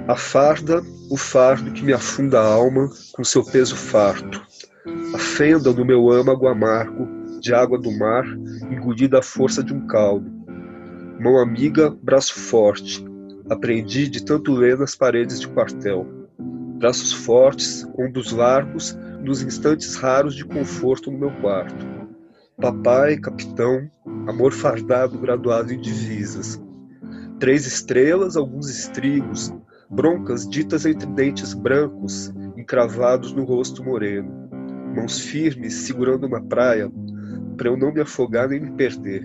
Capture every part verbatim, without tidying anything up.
A farda, o fardo que me afunda a alma com seu peso farto. A fenda do meu âmago amargo, de água do mar, engolida à força de um caldo. Mão amiga, braço forte. Aprendi de tanto ler nas paredes de quartel. Braços fortes, ombros largos, nos instantes raros de conforto no meu quarto. Papai, capitão, amor fardado graduado em divisas. Três estrelas, alguns estrigos, broncas ditas entre dentes brancos, encravados no rosto moreno. Mãos firmes, segurando uma praia, para eu não me afogar nem me perder.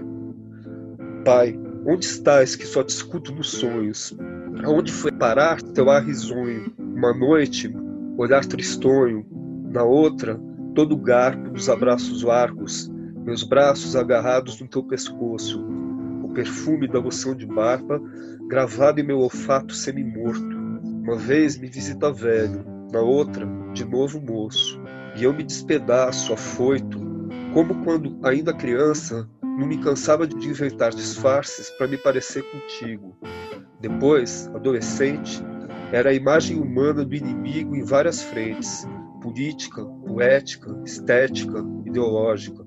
Pai, onde estás que só te escuto nos sonhos? Aonde foi parar teu ar risonho? Uma noite, olhar tristonho. Na outra, todo o garbo dos abraços largos, meus braços agarrados no teu pescoço. O perfume da loção de barba, gravado em meu olfato semi-morto. Uma vez me visita velho, na outra, de novo moço. E eu me despedaço, afoito, como quando, ainda criança, não me cansava de inventar disfarces para me parecer contigo. Depois, adolescente, era a imagem humana do inimigo em várias frentes: política, poética, estética, ideológica.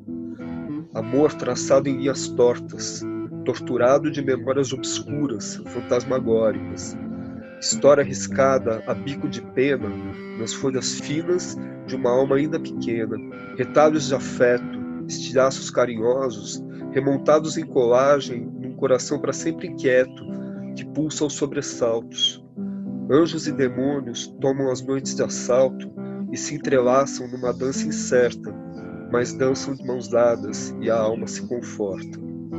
Amor traçado em linhas tortas, torturado de memórias obscuras, fantasmagóricas. História riscada a bico de pena nas folhas finas de uma alma ainda pequena. Retalhos de afeto, estilhaços carinhosos, remontados em colagem num coração para sempre inquieto, que pulsa aos sobressaltos. Anjos e demônios tomam as noites de assalto e se entrelaçam numa dança incerta, mas dançam de mãos dadas e a alma se conforta.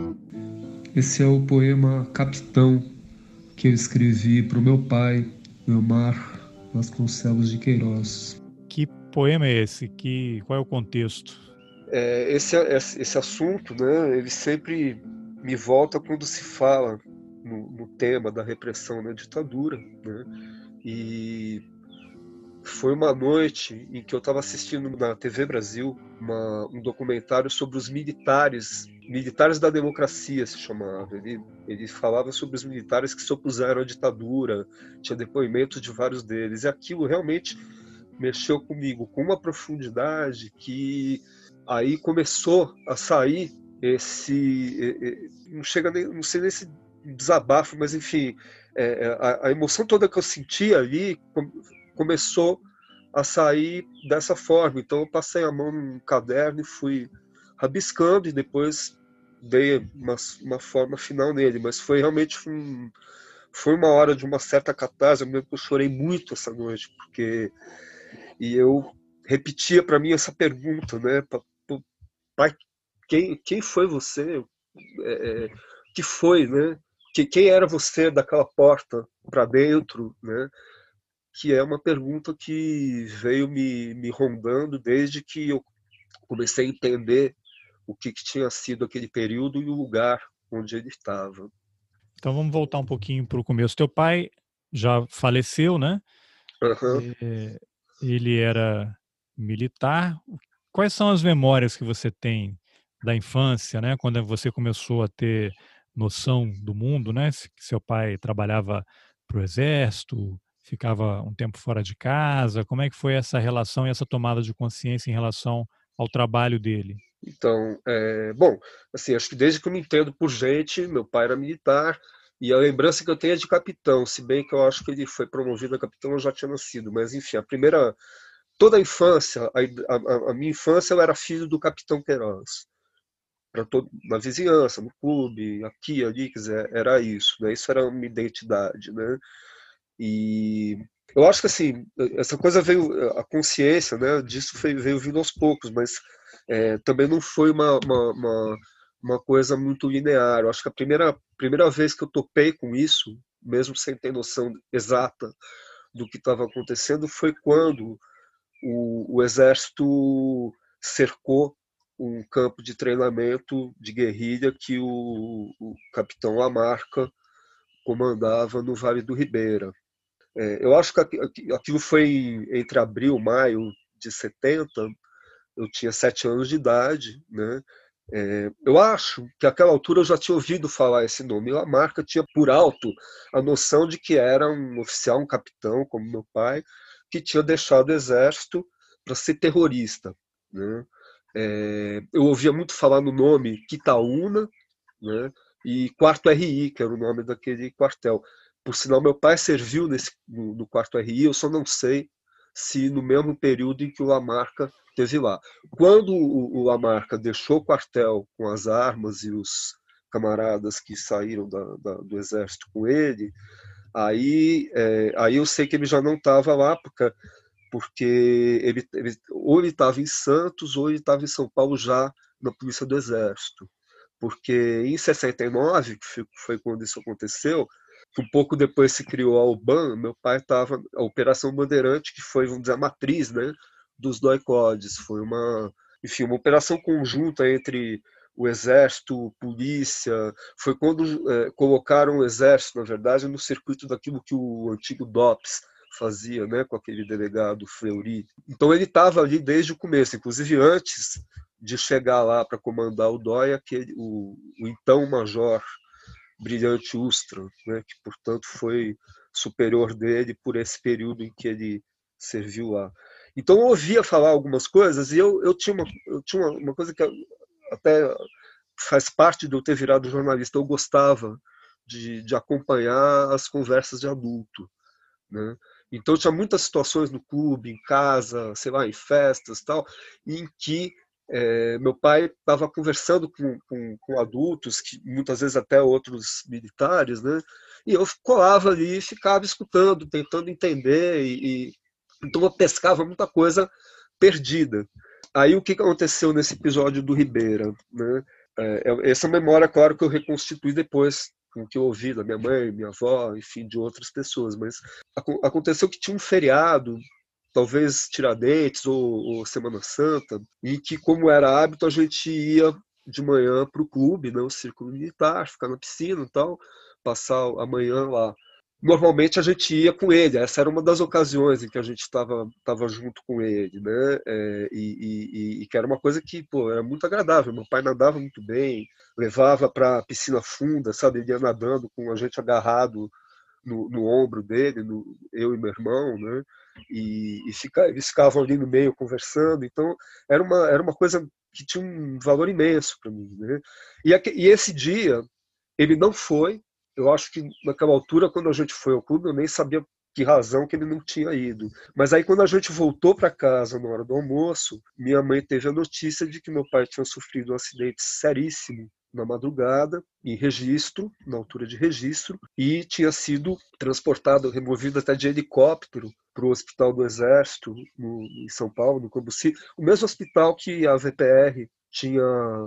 Esse é o poema Capitão, que eu escrevi para o meu pai, Elmar Vasconcelos de Queiroz. Que poema é esse? Que, qual é o contexto? É, esse, esse assunto, né, ele sempre me volta quando se fala no, no tema da repressão na ditadura, né, e foi uma noite em que eu estava assistindo na T V Brasil uma, um documentário sobre os militares, militares da democracia se chamava. Ele, ele falava sobre os militares que se opuseram à ditadura, tinha depoimentos de vários deles, e aquilo realmente mexeu comigo com uma profundidade que aí começou a sair esse, não chega nem, não sei nem se desabafo, mas enfim, é, a, a emoção toda que eu sentia ali começou a sair dessa forma. Então eu passei a mão num caderno e fui rabiscando e depois dei uma, uma forma final nele, mas foi realmente um, foi uma hora de uma certa catarse. Eu me lembro que eu chorei muito essa noite, porque e eu repetia para mim essa pergunta, né? Pai, quem, quem foi você? É, que foi, né? Que, quem era você daquela porta para dentro, né? Que é uma pergunta que veio me, me rondando desde que eu comecei a entender o que, que tinha sido aquele período e o lugar onde ele estava. Então vamos voltar um pouquinho para o começo. Teu pai já faleceu, né? Uhum. É, ele era militar. Quais são as memórias que você tem da infância, né? Quando você começou a ter noção do mundo, né? Que seu pai trabalhava para o exército, ficava um tempo fora de casa. Como é que foi essa relação e essa tomada de consciência em relação ao trabalho dele? Então, é, bom, assim, acho que desde que eu me entendo por gente, meu pai era militar, e a lembrança que eu tenho é de capitão, se bem que eu acho que ele foi promovido a capitão, eu já tinha nascido, mas enfim, a primeira, toda a infância, a, a, a minha infância eu era filho do capitão Queiroz, para todo, na vizinhança, no clube, aqui, ali, quer dizer, era isso, né? Isso era uma identidade, né? E eu acho que assim, essa coisa veio, a consciência, né, disso veio, veio vindo aos poucos, mas é, também não foi uma, uma, uma, uma coisa muito linear. Eu acho que a primeira, primeira vez que eu topei com isso, mesmo sem ter noção exata do que estava acontecendo, foi quando o, o exército cercou um campo de treinamento de guerrilha que o, o capitão Lamarca comandava no Vale do Ribeira. É, eu acho que aquilo foi entre abril e maio de setenta. Eu tinha sete anos de idade, né? É, eu acho que àquela altura eu já tinha ouvido falar esse nome. Lamarca tinha por alto a noção de que era um oficial, um capitão, como meu pai, que tinha deixado o exército para ser terrorista, né? É, eu ouvia muito falar no nome Quitaúna, né? E Quarto R I, que era o nome daquele quartel. Por sinal, meu pai serviu nesse, no, no Quarto R I, eu só não sei se no mesmo período em que o Lamarca esteve lá. Quando o, o Lamarca deixou o quartel com as armas e os camaradas que saíram da, da, do exército com ele, aí, é, aí eu sei que ele já não estava lá, porque, porque ele, ele, ou ele estava em Santos ou ele estava em São Paulo já na Polícia do Exército. Porque em sessenta e nove, que foi quando isso aconteceu, um pouco depois se criou a UBAN, meu pai estava, a Operação Bandeirante, que foi, vamos dizer, a matriz, né, dos doicodes, foi uma, enfim, uma operação conjunta entre o exército, polícia, foi quando é, colocaram o exército, na verdade, no circuito daquilo que o antigo DOPS fazia, né, com aquele delegado Fleury. Então ele estava ali desde o começo, inclusive antes de chegar lá para comandar o D O I, aquele, o, o então major Brilhante Ustra, né, que portanto foi superior dele por esse período em que ele serviu lá. Então eu ouvia falar algumas coisas e eu, eu tinha, uma, eu tinha uma, uma coisa que até faz parte de eu ter virado jornalista, eu gostava de, de acompanhar as conversas de adulto, né? Então tinha muitas situações no clube, em casa, sei lá, em festas, tal, em que é, meu pai estava conversando com, com, com adultos, que muitas vezes até outros militares, né? E eu colava ali e ficava escutando, tentando entender, e, e então eu pescava muita coisa perdida. Aí o que aconteceu nesse episódio do Ribeira, né? É, essa memória, claro, que eu reconstituí depois com o que eu ouvi da minha mãe, minha avó, enfim, de outras pessoas, mas aconteceu que tinha um feriado, talvez Tiradentes ou, ou Semana Santa, e que, como era hábito, a gente ia de manhã para o clube, né, o Círculo Militar, ficar na piscina e tal, passar a manhã lá. Normalmente a gente ia com ele, essa era uma das ocasiões em que a gente estava tava junto com ele, né? É, e, e, e que era uma coisa que, pô, era muito agradável. Meu pai nadava muito bem, levava para a piscina funda, sabe? Ele ia nadando com a gente agarrado no, no ombro dele, no, eu e meu irmão, né? E, e fica, eles ficavam ali no meio conversando. Então era uma, era uma coisa que tinha um valor imenso para mim, né? E, e esse dia ele não foi. Eu acho que naquela altura, quando a gente foi ao clube, eu nem sabia que razão que ele não tinha ido. Mas aí, quando a gente voltou para casa na hora do almoço, minha mãe teve a notícia de que meu pai tinha sofrido um acidente seríssimo na madrugada, em Registro, na altura de Registro, e tinha sido transportado, removido até de helicóptero para o Hospital do Exército, no, em São Paulo, no Cambuci, o mesmo hospital que a V P R tinha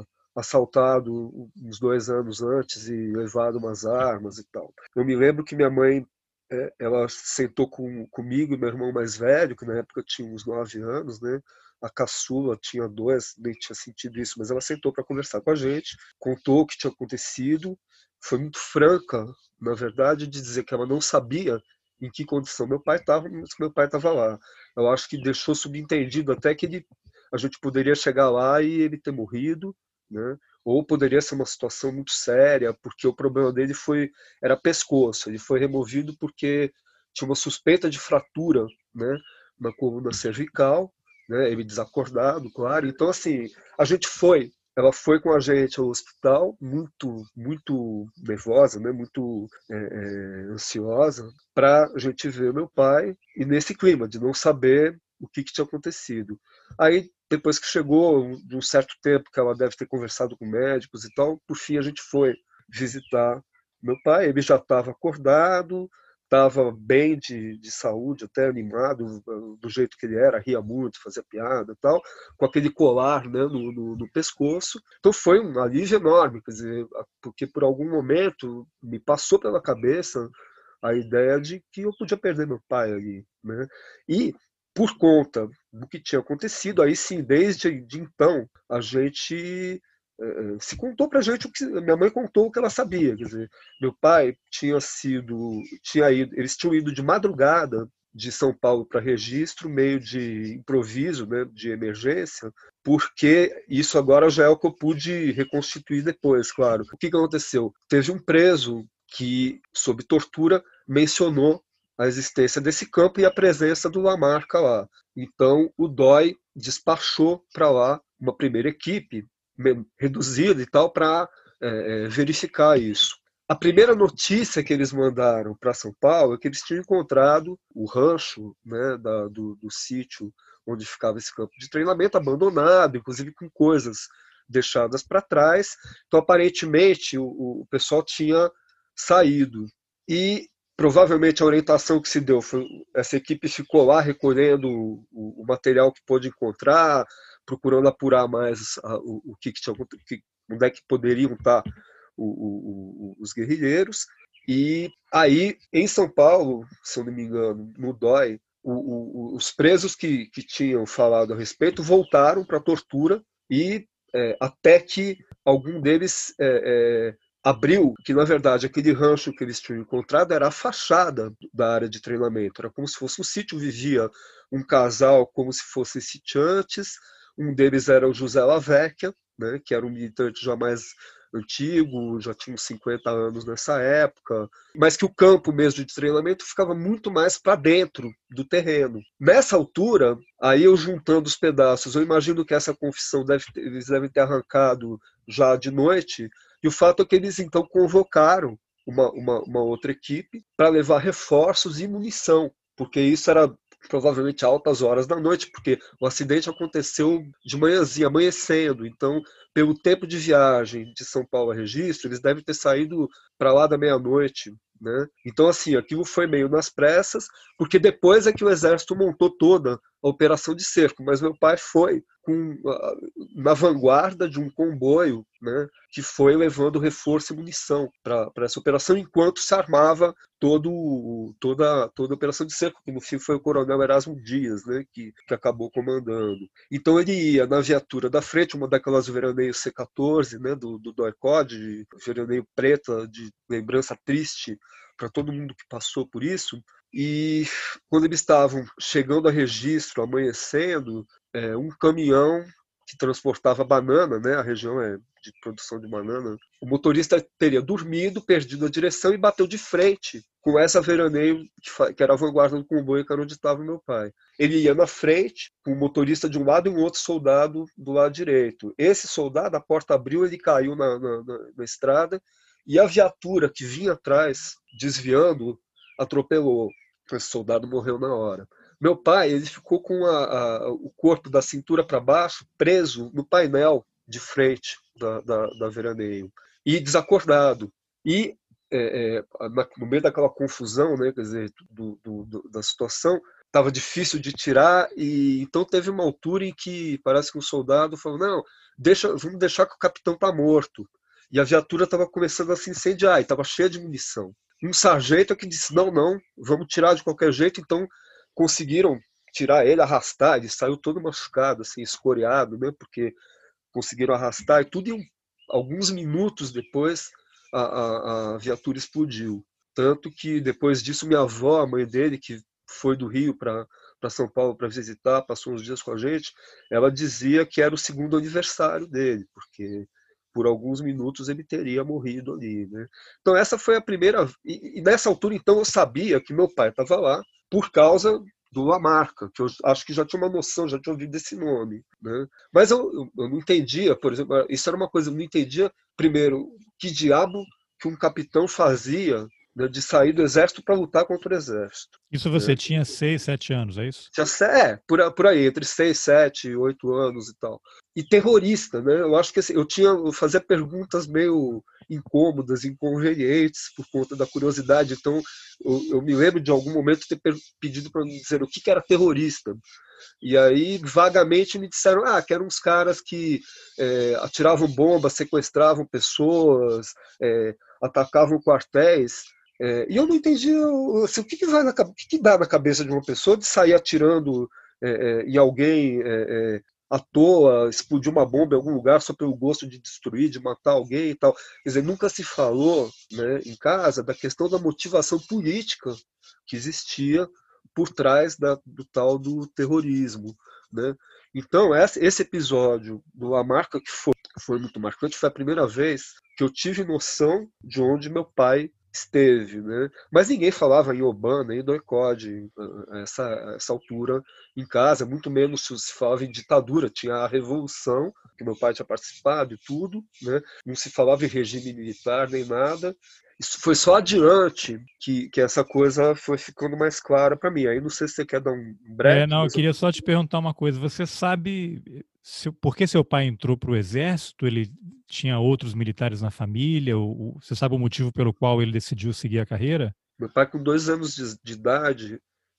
assaltado uns dois anos antes e levado umas armas e tal. Eu me lembro que minha mãe, ela sentou com, comigo e meu irmão mais velho, que na época tinha uns nove anos, né? A caçula tinha dois, nem tinha sentido isso, mas ela sentou para conversar com a gente, contou o que tinha acontecido, foi muito franca, na verdade, de dizer que ela não sabia em que condição meu pai estava, mas que meu pai estava lá. Eu acho que deixou subentendido até que ele, a gente poderia chegar lá e ele ter morrido, né? Ou poderia ser uma situação muito séria, porque o problema dele foi era pescoço. Ele foi removido porque tinha uma suspeita de fratura, né, na coluna cervical, né, ele desacordado, claro. Então, assim, a gente foi, ela foi com a gente ao hospital, muito, muito nervosa, né, muito é, é, ansiosa, para a gente ver meu pai, e nesse clima de não saber o que, que tinha acontecido. Aí, depois que chegou, de um certo tempo que ela deve ter conversado com médicos e tal, por fim a gente foi visitar meu pai. Ele já estava acordado, estava bem de, de saúde, até animado, do jeito que ele era, ria muito, fazia piada e tal, com aquele colar, né, no, no, no pescoço. Então foi um alívio enorme, quer dizer, porque por algum momento me passou pela cabeça a ideia de que eu podia perder meu pai ali, né? E por conta do que tinha acontecido, aí sim, desde de então, a gente eh, se contou pra gente o que minha mãe contou o que ela sabia, quer dizer, meu pai tinha sido, tinha ido, eles tinham ido de madrugada de São Paulo para Registro, meio de improviso, né, de emergência, porque isso agora já é o que eu pude reconstituir depois, claro. O que que aconteceu? Teve um preso que, sob tortura, mencionou a existência desse campo e a presença do Lamarca lá. Então, o D O I despachou para lá uma primeira equipe, reduzida e tal, para é, verificar isso. A primeira notícia que eles mandaram para São Paulo é que eles tinham encontrado o rancho, né, da, do, do sítio onde ficava esse campo de treinamento abandonado, inclusive com coisas deixadas para trás. Então, aparentemente, o, o pessoal tinha saído. E provavelmente a orientação que se deu foi: essa equipe ficou lá recolhendo o, o material que pôde encontrar, procurando apurar mais a, o, o que, que tinha, que, onde é que poderiam estar o, o, o, os guerrilheiros. E aí, em São Paulo, se eu não me engano, no D O I, o, o, os presos que, que tinham falado a respeito voltaram para a tortura, e é, até que algum deles é, é, abriu que, na verdade, aquele rancho que eles tinham encontrado era a fachada da área de treinamento. Era como se fosse um sítio, vivia um casal como se fossem sitiantes. Um deles era o José Lavecchia, né, que era um militante já mais antigo, já tinha uns cinquenta anos nessa época, mas que o campo mesmo de treinamento ficava muito mais para dentro do terreno. Nessa altura, aí eu juntando os pedaços, eu imagino que essa confissão deve ter, eles devem ter arrancado já de noite, e o fato é que eles então convocaram uma, uma, uma outra equipe para levar reforços e munição, porque isso era provavelmente altas horas da noite, porque o acidente aconteceu de manhãzinha, amanhecendo. Então, pelo tempo de viagem de São Paulo a Registro, eles devem ter saído para lá da meia-noite, né? Então, assim, aquilo foi meio nas pressas, porque depois é que o Exército montou toda a operação de cerco, mas meu pai foi com, na vanguarda de um comboio, né, que foi levando reforço e munição para essa operação, enquanto se armava todo, toda, toda a operação de cerco, que no fim foi o coronel Erasmo Dias, né, que, que acabou comandando. Então ele ia na viatura da frente, uma daquelas veraneios C quatorze, né, do, do D O I C O D, veraneio preta, de lembrança triste para todo mundo que passou por isso. E quando eles estavam chegando a Registro, amanhecendo, é, um caminhão que transportava banana, né, a região é de produção de banana, o motorista teria dormido, perdido a direção e bateu de frente com essa veraneio que, que era a vanguarda do comboio, que era onde estava meu pai. Ele ia na frente, com o motorista de um lado e um outro soldado do lado direito. Esse soldado, a porta abriu, ele caiu na, na, na, na estrada, e a viatura que vinha atrás, desviando, atropelou. Esse soldado morreu na hora. Meu pai, ele ficou com a, a, o corpo da cintura para baixo preso no painel de frente da, da, da veraneio e desacordado. E é, é, na, no meio daquela confusão, né, quer dizer, do, do, do, da situação, estava difícil de tirar, e então teve uma altura em que parece que um soldado falou: não, deixa, vamos deixar que o capitão está morto. E a viatura estava começando a se incendiar, e estava cheia de munição. Um sargento que disse: não, não, vamos tirar de qualquer jeito. Então conseguiram tirar ele, arrastar. Ele saiu todo machucado, assim, escoriado, né, porque conseguiram arrastar, e tudo em alguns minutos depois a, a, a viatura explodiu. Tanto que depois disso minha avó, a mãe dele, que foi do Rio para para São Paulo para visitar, passou uns dias com a gente, ela dizia que era o segundo aniversário dele, porque por alguns minutos ele teria morrido ali, né? Então essa foi a primeira, e, e nessa altura então eu sabia que meu pai estava lá por causa do Lamarca, que eu acho que já tinha uma noção, já tinha ouvido desse nome, né? Mas eu, eu, eu não entendia, por exemplo, isso era uma coisa, eu não entendia, primeiro, que diabo que um capitão fazia, né, de sair do exército para lutar contra o exército. Isso você né? tinha seis, sete anos, é isso? Tinha, é, por, por aí, entre seis, sete, oito anos e tal. E terrorista, né? Eu acho que assim, eu tinha, eu fazia perguntas meio incômodas, inconvenientes, por conta da curiosidade. Então, eu, eu me lembro de algum momento ter pedido para me dizer o que, que era terrorista. E aí, vagamente, me disseram ah, que eram uns caras que é, atiravam bombas, sequestravam pessoas, é, atacavam quartéis. É, e eu não entendia assim, o que, que, vai na, o que, que dá na cabeça de uma pessoa de sair atirando é, é, em alguém é, é, à toa, explodir uma bomba em algum lugar só pelo gosto de destruir, de matar alguém e tal. Quer dizer, nunca se falou, né, em casa da questão da motivação política que existia por trás da, do tal do terrorismo, né? Então, esse episódio do La Marca, que foi, foi muito marcante, foi a primeira vez que eu tive noção de onde meu pai esteve, né? Mas ninguém falava em Oban, nem do ECOD, essa, essa altura em casa, muito menos se falava em ditadura. Tinha a Revolução, que meu pai tinha participado e tudo, né? Não se falava em regime militar nem nada. Isso foi só adiante que, que essa coisa foi ficando mais clara para mim. Aí não sei se você quer dar um É, break, não, eu mas eu... queria só te perguntar uma coisa. Você sabe se, por que seu pai entrou para o exército? Ele tinha outros militares na família? Ou, você sabe o motivo pelo qual ele decidiu seguir a carreira? Meu pai, com dois anos de, de idade,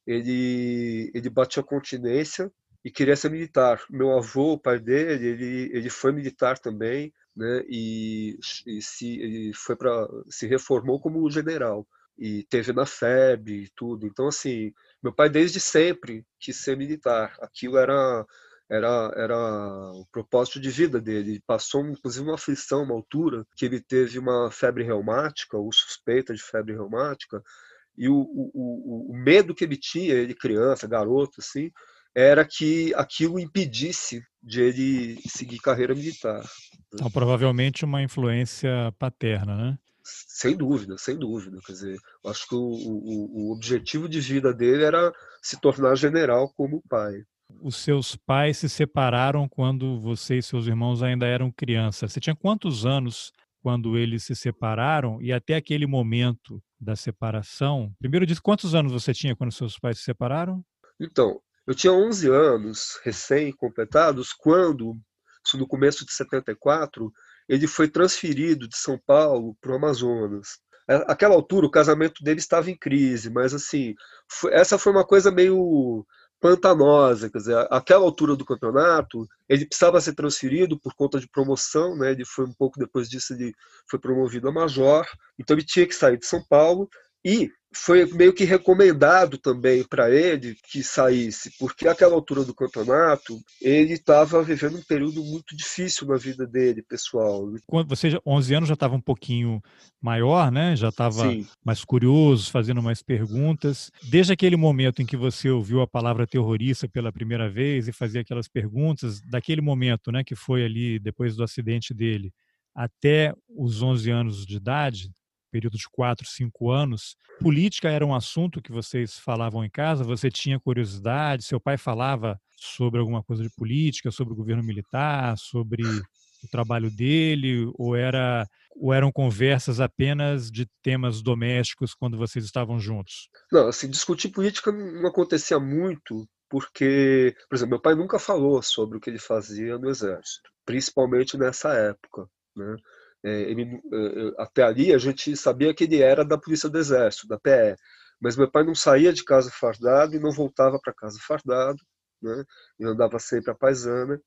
ele, ele bateu continência e queria ser militar. Meu avô, o pai dele, ele, ele foi militar também, né? E, e se ele foi para se reformou como general e teve na F E B e tudo. Então, assim, meu pai desde sempre quis ser militar. Aquilo era era, era o propósito de vida dele. Ele passou, inclusive, uma aflição, uma altura, que ele teve uma febre reumática, ou suspeita de febre reumática, e o, o, o, o medo que ele tinha, ele criança, garoto, assim, era que aquilo impedisse de ele seguir carreira militar. Então, provavelmente uma influência paterna, né? Sem dúvida, sem dúvida. Quer dizer, eu acho que o, o, o objetivo de vida dele era se tornar general como o pai. Os seus pais se separaram quando você e seus irmãos ainda eram crianças. Você tinha quantos anos quando eles se separaram? E até aquele momento da separação, primeiro diz quantos anos você tinha quando seus pais se separaram? Então, eu tinha onze anos recém-completados quando, isso no começo de setenta e quatro, ele foi transferido de São Paulo para o Amazonas. Aquela altura, o casamento dele estava em crise, mas assim, foi, essa foi uma coisa meio pantanosa, quer dizer, aquela altura do campeonato, ele precisava ser transferido por conta de promoção, né? Ele foi um pouco depois disso, ele foi promovido a major, então ele tinha que sair de São Paulo e foi meio que recomendado também para ele que saísse, porque àquela altura do campeonato ele estava vivendo um período muito difícil na vida dele, pessoal. Quando você, já, onze anos, já estava um pouquinho maior, né? Já estava Sim. mais curioso, fazendo mais perguntas. Desde aquele momento em que você ouviu a palavra terrorista pela primeira vez e fazia aquelas perguntas, daquele momento, né, que foi ali depois do acidente dele, até os onze anos de idade, período de quatro, cinco anos, política era um assunto que vocês falavam em casa? Você tinha curiosidade? Seu pai falava sobre alguma coisa de política, sobre o governo militar, sobre o trabalho dele, ou era ou eram conversas apenas de temas domésticos quando vocês estavam juntos? Não, assim, discutir política não acontecia muito, porque, por exemplo, meu pai nunca falou sobre o que ele fazia no exército, principalmente nessa época, né? É, ele, até ali a gente sabia que ele era da Polícia do Exército, da P E, mas meu pai não saía de casa fardado e não voltava para casa fardado, né? Ele andava sempre à paisana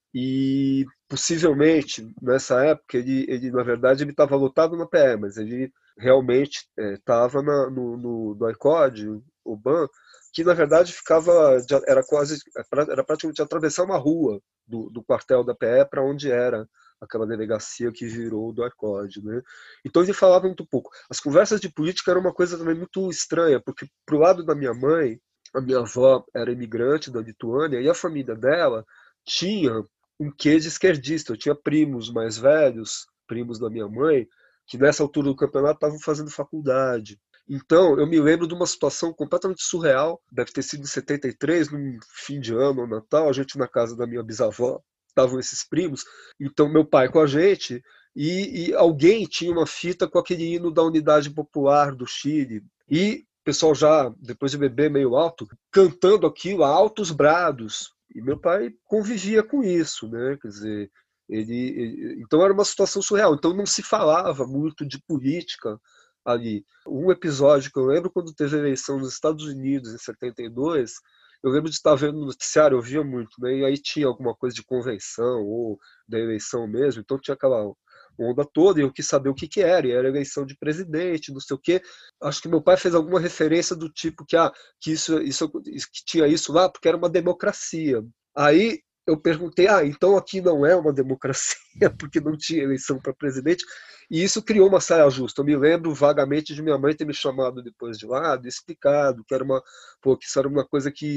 e possivelmente nessa época ele, ele na verdade ele estava lotado na P E, mas ele realmente estava é, no, no, no ICOD, o B A N, que na verdade ficava, era quase, era praticamente atravessar uma rua do, do quartel da P E para onde era aquela delegacia que virou do ICOD, né? Então ele falava muito pouco. As conversas de política eram uma coisa também muito estranha, porque pro lado da minha mãe, a minha avó era imigrante da Lituânia e a família dela tinha um quê de esquerdista. Eu tinha primos mais velhos, primos da minha mãe, que nessa altura do campeonato estavam fazendo faculdade. Então, eu me lembro de uma situação completamente surreal, deve ter sido em setenta e três, num fim de ano, ou Natal, a gente na casa da minha bisavó, estavam esses primos, então meu pai com a gente, e, e alguém tinha uma fita com aquele hino da Unidade Popular do Chile, e o pessoal já, depois de beber meio alto, cantando aquilo a altos brados, e meu pai convivia com isso, né? Quer dizer, ele, ele, então era uma situação surreal, então não se falava muito de política ali. Um episódio que eu lembro quando teve a eleição nos Estados Unidos em setenta e dois, eu lembro de estar vendo no noticiário, eu via muito, né? E aí tinha alguma coisa de convenção ou da eleição mesmo, então tinha aquela onda toda e eu quis saber o que que era, e era eleição de presidente, não sei o quê. Acho que meu pai fez alguma referência do tipo que, ah, que, isso, isso, que tinha isso lá porque era uma democracia. Aí eu perguntei, ah, então aqui não é uma democracia porque não tinha eleição para presidente, e isso criou uma saia justa. Eu me lembro vagamente de minha mãe ter me chamado depois de lado e explicado que era uma, pô, que isso era uma coisa que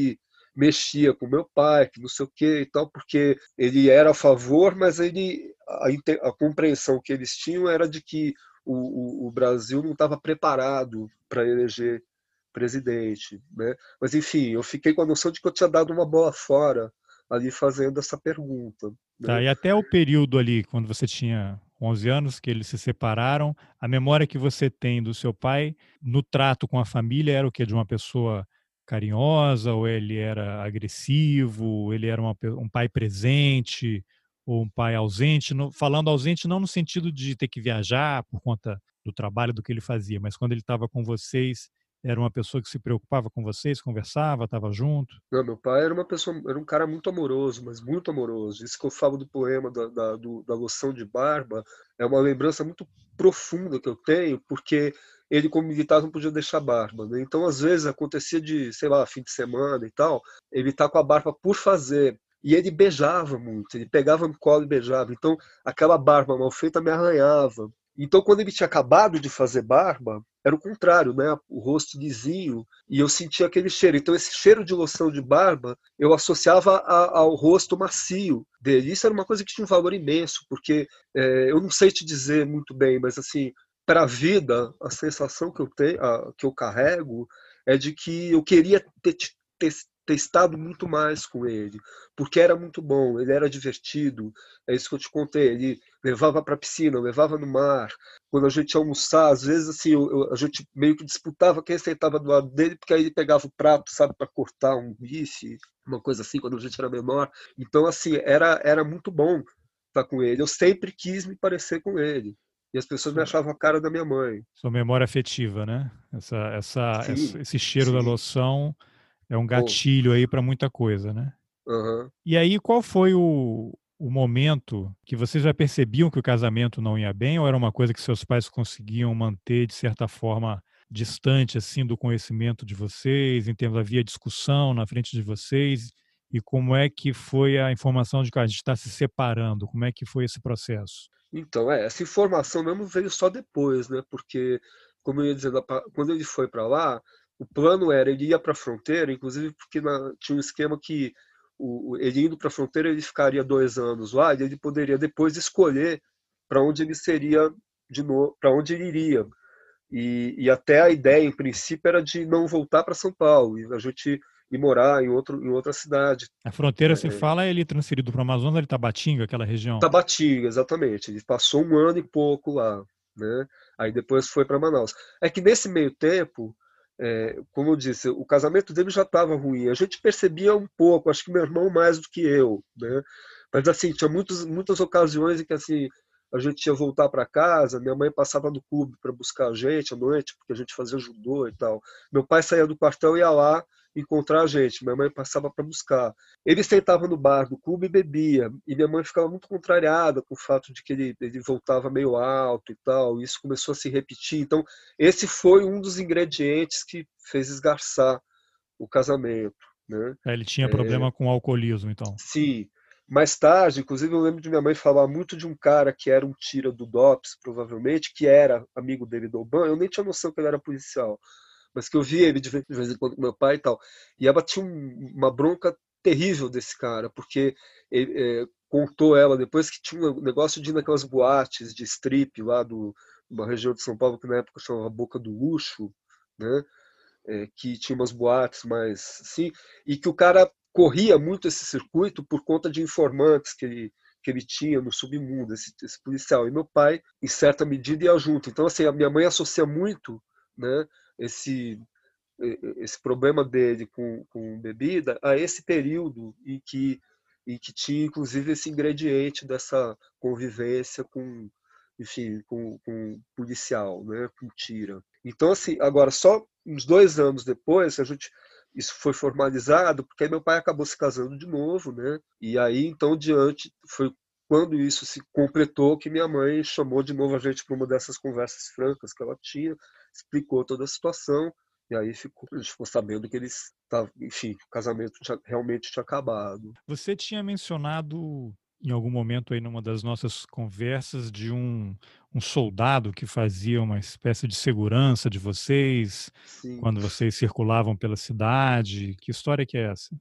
mexia com meu pai, que não sei o quê e tal, porque ele era a favor, mas ele a, a compreensão que eles tinham era de que o, o, o Brasil não estava preparado para eleger presidente, né? Mas enfim, eu fiquei com a noção de que eu tinha dado uma bola fora ali fazendo essa pergunta, Tá, né? e até o período ali, quando você tinha onze anos, que eles se separaram, a memória que você tem do seu pai no trato com a família era o quê? De uma pessoa carinhosa, ou ele era agressivo, ele era uma pe- um pai presente, ou um pai ausente? No- falando ausente não no sentido de ter que viajar por conta do trabalho, do que ele fazia, mas quando ele estava com vocês, era uma pessoa que se preocupava com vocês, conversava, estava junto? Não, meu pai era uma pessoa, era um cara muito amoroso, mas muito amoroso. Isso que eu falo do poema da, da, do- da loção de barba é uma lembrança muito profunda que eu tenho, porque ele, como militar, não podia deixar barba, né? Então, às vezes, acontecia de, sei lá, fim de semana e tal, ele tá com a barba por fazer. E ele beijava muito, ele pegava no colo e beijava. Então, aquela barba mal feita me arranhava. Então, quando ele tinha acabado de fazer barba, era o contrário, né? O rosto lisinho, e eu sentia aquele cheiro. Então, esse cheiro de loção de barba eu associava a, ao rosto macio dele. Isso era uma coisa que tinha um valor imenso, porque é, eu não sei te dizer muito bem, mas assim, para a vida, a sensação que eu tenho, a, que eu carrego, é de que eu queria ter, ter, ter estado muito mais com ele, porque era muito bom, ele era divertido, é isso que eu te contei. Ele levava para a piscina, levava no mar, quando a gente ia almoçar, às vezes assim, eu, eu, a gente meio que disputava quem sentava do lado dele, porque aí ele pegava o prato, sabe, para cortar um bife, uma coisa assim, quando a gente era menor. Então, assim, era, era muito bom estar com ele. Eu sempre quis me parecer com ele. E as pessoas me Sua, achavam a cara da minha mãe. sua memória afetiva, né? Essa, essa, Sim, essa- esse cheiro da sim. loção é um Pô, gatilho aí para muita coisa, né? aham. E aí, qual foi o, o momento que vocês já percebiam que o casamento não ia bem, ou era uma coisa que seus pais conseguiam manter, de certa forma, distante, assim, do conhecimento de vocês, em termos, havia discussão na frente de vocês, e como é que foi a informação de que a gente está se separando? Como é que foi esse processo? Então, é, essa informação mesmo veio só depois, né? Porque, como eu ia dizendo, a- quando ele foi para lá, o plano era ele ia para a fronteira, inclusive porque na- tinha um esquema que o, o- ele indo para a fronteira ele ficaria dois anos lá e ele poderia depois escolher para onde ele seria de novo, para onde ele iria. E, e até a ideia, em princípio, era de não voltar para São Paulo e a gente ir morar em outro, em outra cidade. A fronteira, se fala, ele transferido para o Amazonas, ele Tabatinga, aquela região. Tabatinga, exatamente. Ele passou um ano e pouco lá, né? Aí depois foi para Manaus. É que nesse meio tempo, é, como eu disse, o casamento dele já estava ruim. A gente percebia um pouco, acho que meu irmão mais do que eu, né? Mas assim, tinha muitos, muitas ocasiões em que assim a gente ia voltar para casa, minha mãe passava no clube para buscar a gente à noite, porque a gente fazia judô e tal. Meu pai saía do quartel e ia lá encontrar a gente. Minha mãe passava para buscar. Ele sentava no bar do clube e bebia, e minha mãe ficava muito contrariada com o fato de que ele, ele voltava meio alto e tal, e isso começou a se repetir. Então, esse foi um dos ingredientes que fez esgarçar o casamento, né? Aí ele tinha É, problema com o alcoolismo, então. sim, mais tarde, inclusive eu lembro de minha mãe falar muito de um cara que era um tira do DOPS, provavelmente, que era amigo dele do Oban, eu nem tinha noção que ele era policial, mas que eu via ele de vez de vez em quando com meu pai e tal. E ela tinha um- uma bronca terrível desse cara, porque ele, é, contou ela depois que tinha um negócio de ir naquelas boates de strip lá do uma região de São Paulo que na época chamava Boca do Luxo, né? É, que tinha umas boates mais assim, e que o cara corria muito esse circuito por conta de informantes que ele que ele tinha no submundo, esse, esse policial. E meu pai, em certa medida, ia junto. Então, assim, a minha mãe associa muito, né, esse esse problema dele com, com bebida a esse período em que, em que tinha inclusive esse ingrediente dessa convivência com, enfim, com, com policial, né, com tira. Então, assim, agora, só uns dois anos depois, a gente, isso foi formalizado, porque aí meu pai acabou se casando de novo, né, e aí, então, diante, foi quando isso se completou que minha mãe chamou de novo a gente para uma dessas conversas francas que ela tinha, explicou toda a situação, e aí ficou, a gente ficou sabendo que eles estavam, enfim, o casamento tinha, realmente tinha acabado. Você tinha mencionado em algum momento aí numa das nossas conversas de um, um soldado que fazia uma espécie de segurança de vocês Sim. quando vocês circulavam pela cidade. Que história que é essa?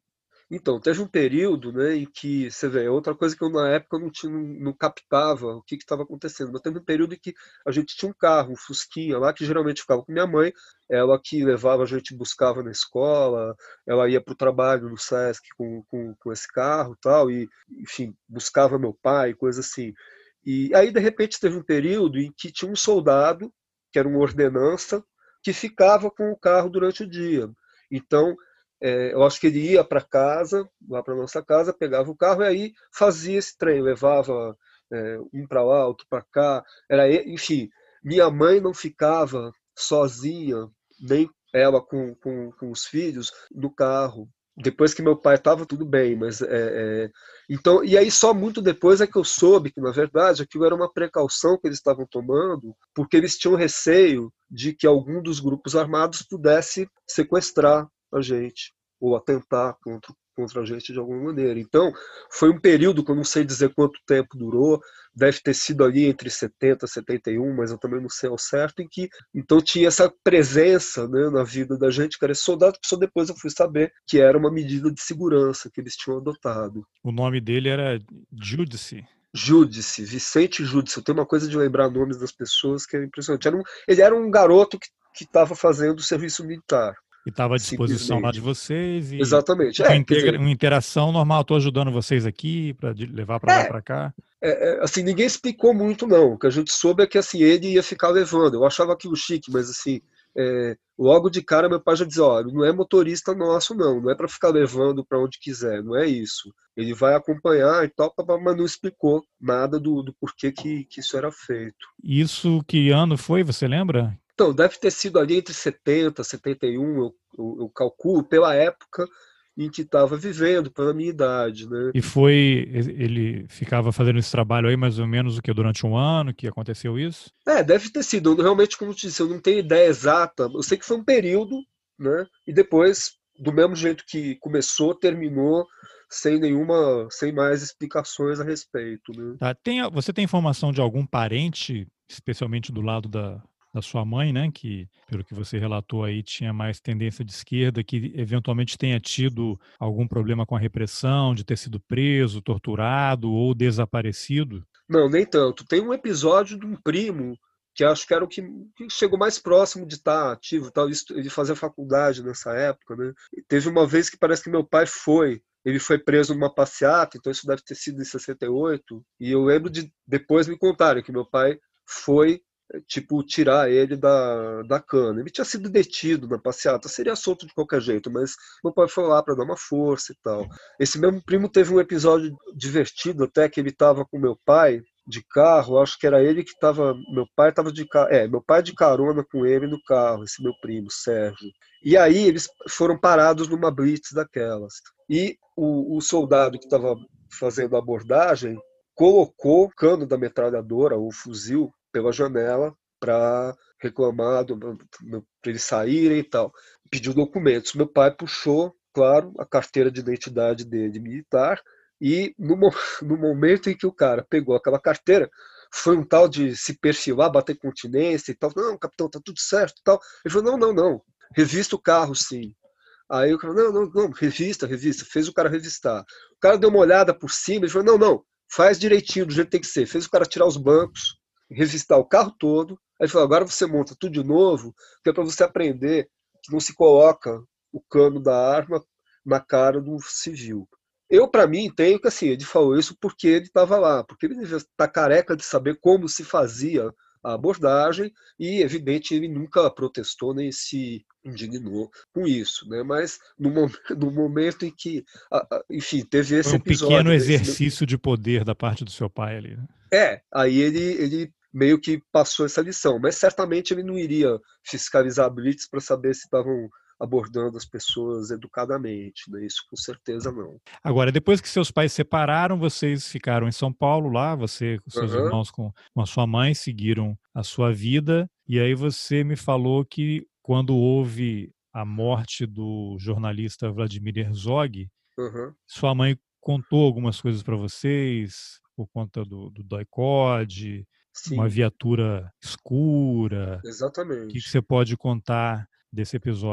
Então, teve um período, né, em que, você vê, outra coisa que eu na época não tinha, não, não captava o que estava acontecendo, mas teve um período em que a gente tinha um carro, um Fusquinha lá, que geralmente ficava com minha mãe, ela que levava, a gente buscava na escola, ela ia para o trabalho no Sesc com, com, com esse carro e tal, e, enfim, buscava meu pai, coisa assim. E aí, de repente, teve um período em que tinha um soldado, que era uma ordenança, que ficava com o carro durante o dia. Então, é, eu acho que ele ia para casa, lá para nossa casa, pegava o carro e aí fazia esse trem, levava é, um para lá, outro para cá. Era, e- enfim, minha mãe não ficava sozinha, nem ela com, com, com os filhos, no carro. Depois que meu pai estava, tudo bem, mas é, é, então, e aí só muito depois é que eu soube que, na verdade, aquilo era uma precaução que eles estavam tomando, porque eles tinham receio de que algum dos grupos armados pudesse sequestrar a gente ou atentar contra, contra a gente de alguma maneira. Então, foi um período que eu não sei dizer quanto tempo durou, deve ter sido ali entre setenta e setenta e um, mas eu também não sei ao certo, em que então tinha essa presença, né, na vida da gente, que era esse soldado, que só depois eu fui saber que era uma medida de segurança que eles tinham adotado. O nome dele era Judici. Júdice, Vicente Júdice. Eu tenho uma coisa de lembrar nomes das pessoas que é impressionante. Era um, ele era um garoto que estava fazendo serviço militar, E estava à disposição lá de simplesmente. vocês e Exatamente. uma, É, quer integra, dizer, uma interação normal. Estou ajudando vocês aqui para levar para lá e é, para cá. é, é, assim, ninguém explicou muito, não. O que a gente soube é que assim, ele ia ficar levando. Eu achava aquilo chique, mas assim, é, logo de cara meu pai já dizia, ó, não é motorista nosso, não, não é para ficar levando para onde quiser, não é isso. Ele vai acompanhar e tal, mas não explicou nada do, do porquê que, que isso era feito. Isso que ano foi, você lembra? Então, deve ter sido ali entre setenta, setenta e um, eu, eu, eu calculo, pela época em que estava vivendo, pela minha idade, né? E foi, ele ficava fazendo esse trabalho aí mais ou menos o que durante um ano que aconteceu isso? É, deve ter sido. Eu, realmente, como eu te disse, eu não tenho ideia exata. Eu sei que foi um período, né? E depois, do mesmo jeito que começou, terminou sem nenhuma, sem mais explicações a respeito, né? Tá. Tem, você tem informação de algum parente, especialmente do lado da, da sua mãe, né, que, pelo que você relatou aí, tinha mais tendência de esquerda, que eventualmente tenha tido algum problema com a repressão, de ter sido preso, torturado ou desaparecido? Não, nem tanto. Tem um episódio de um primo que acho que era o que, que chegou mais próximo de estar ativo, tal, ele fazia faculdade nessa época, né? E teve uma vez que parece que meu pai foi, ele foi preso numa passeata, então isso deve ter sido em sessenta e oito, e eu lembro de depois me contarem que meu pai foi, tipo, tirar ele da, da cana. Ele tinha sido detido na passeata, seria solto de qualquer jeito, mas meu pai foi lá para dar uma força e tal. Esse mesmo primo teve um episódio divertido até, que ele estava com meu pai de carro, acho que era ele que estava, meu pai estava de carro, é, meu pai de carona com ele no carro, esse meu primo, Sérgio. E aí eles foram parados numa blitz daquelas. E o, o soldado que estava fazendo a abordagem colocou o cano da metralhadora, o fuzil, pela janela para reclamar, para eles saírem e tal. Pediu documentos. Meu pai puxou, claro, a carteira de identidade dele militar, e no, no momento em que o cara pegou aquela carteira, foi um tal de se perfilar, bater continência e tal. Não, capitão, tá tudo certo e tal. Ele falou, não, não, não. Revista o carro, sim. Aí o cara, não, não, não, revista, revista. Fez o cara revistar. O cara deu uma olhada por cima e falou, não, não, faz direitinho, do jeito que tem que ser. Fez o cara tirar os bancos, revistar o carro todo. Aí ele falou, agora você monta tudo de novo, que é para você aprender que não se coloca o cano da arma na cara do civil. Eu, para mim, tenho que, assim, ele falou isso porque ele estava lá, porque ele está careca de saber como se fazia a abordagem e, evidente, ele nunca protestou nem se indignou com isso, né? Mas no, no momento em que, enfim, teve Foi esse um pequeno episódio desse, exercício de poder da parte do seu pai ali, né? é, aí ele, ele meio que passou essa lição, mas certamente ele não iria fiscalizar a blitz para saber se estavam abordando as pessoas educadamente, né? Isso com certeza não. Agora, depois que seus pais se separaram, vocês ficaram em São Paulo lá, você com seus Uhum, irmãos, com, com a sua mãe, seguiram a sua vida, e aí você me falou que quando houve a morte do jornalista Vladimir Herzog, uhum, sua mãe contou algumas coisas para vocês, por conta do, do doicode, uma sim, viatura escura. O que, que exatamente. você pode contar desse episódio?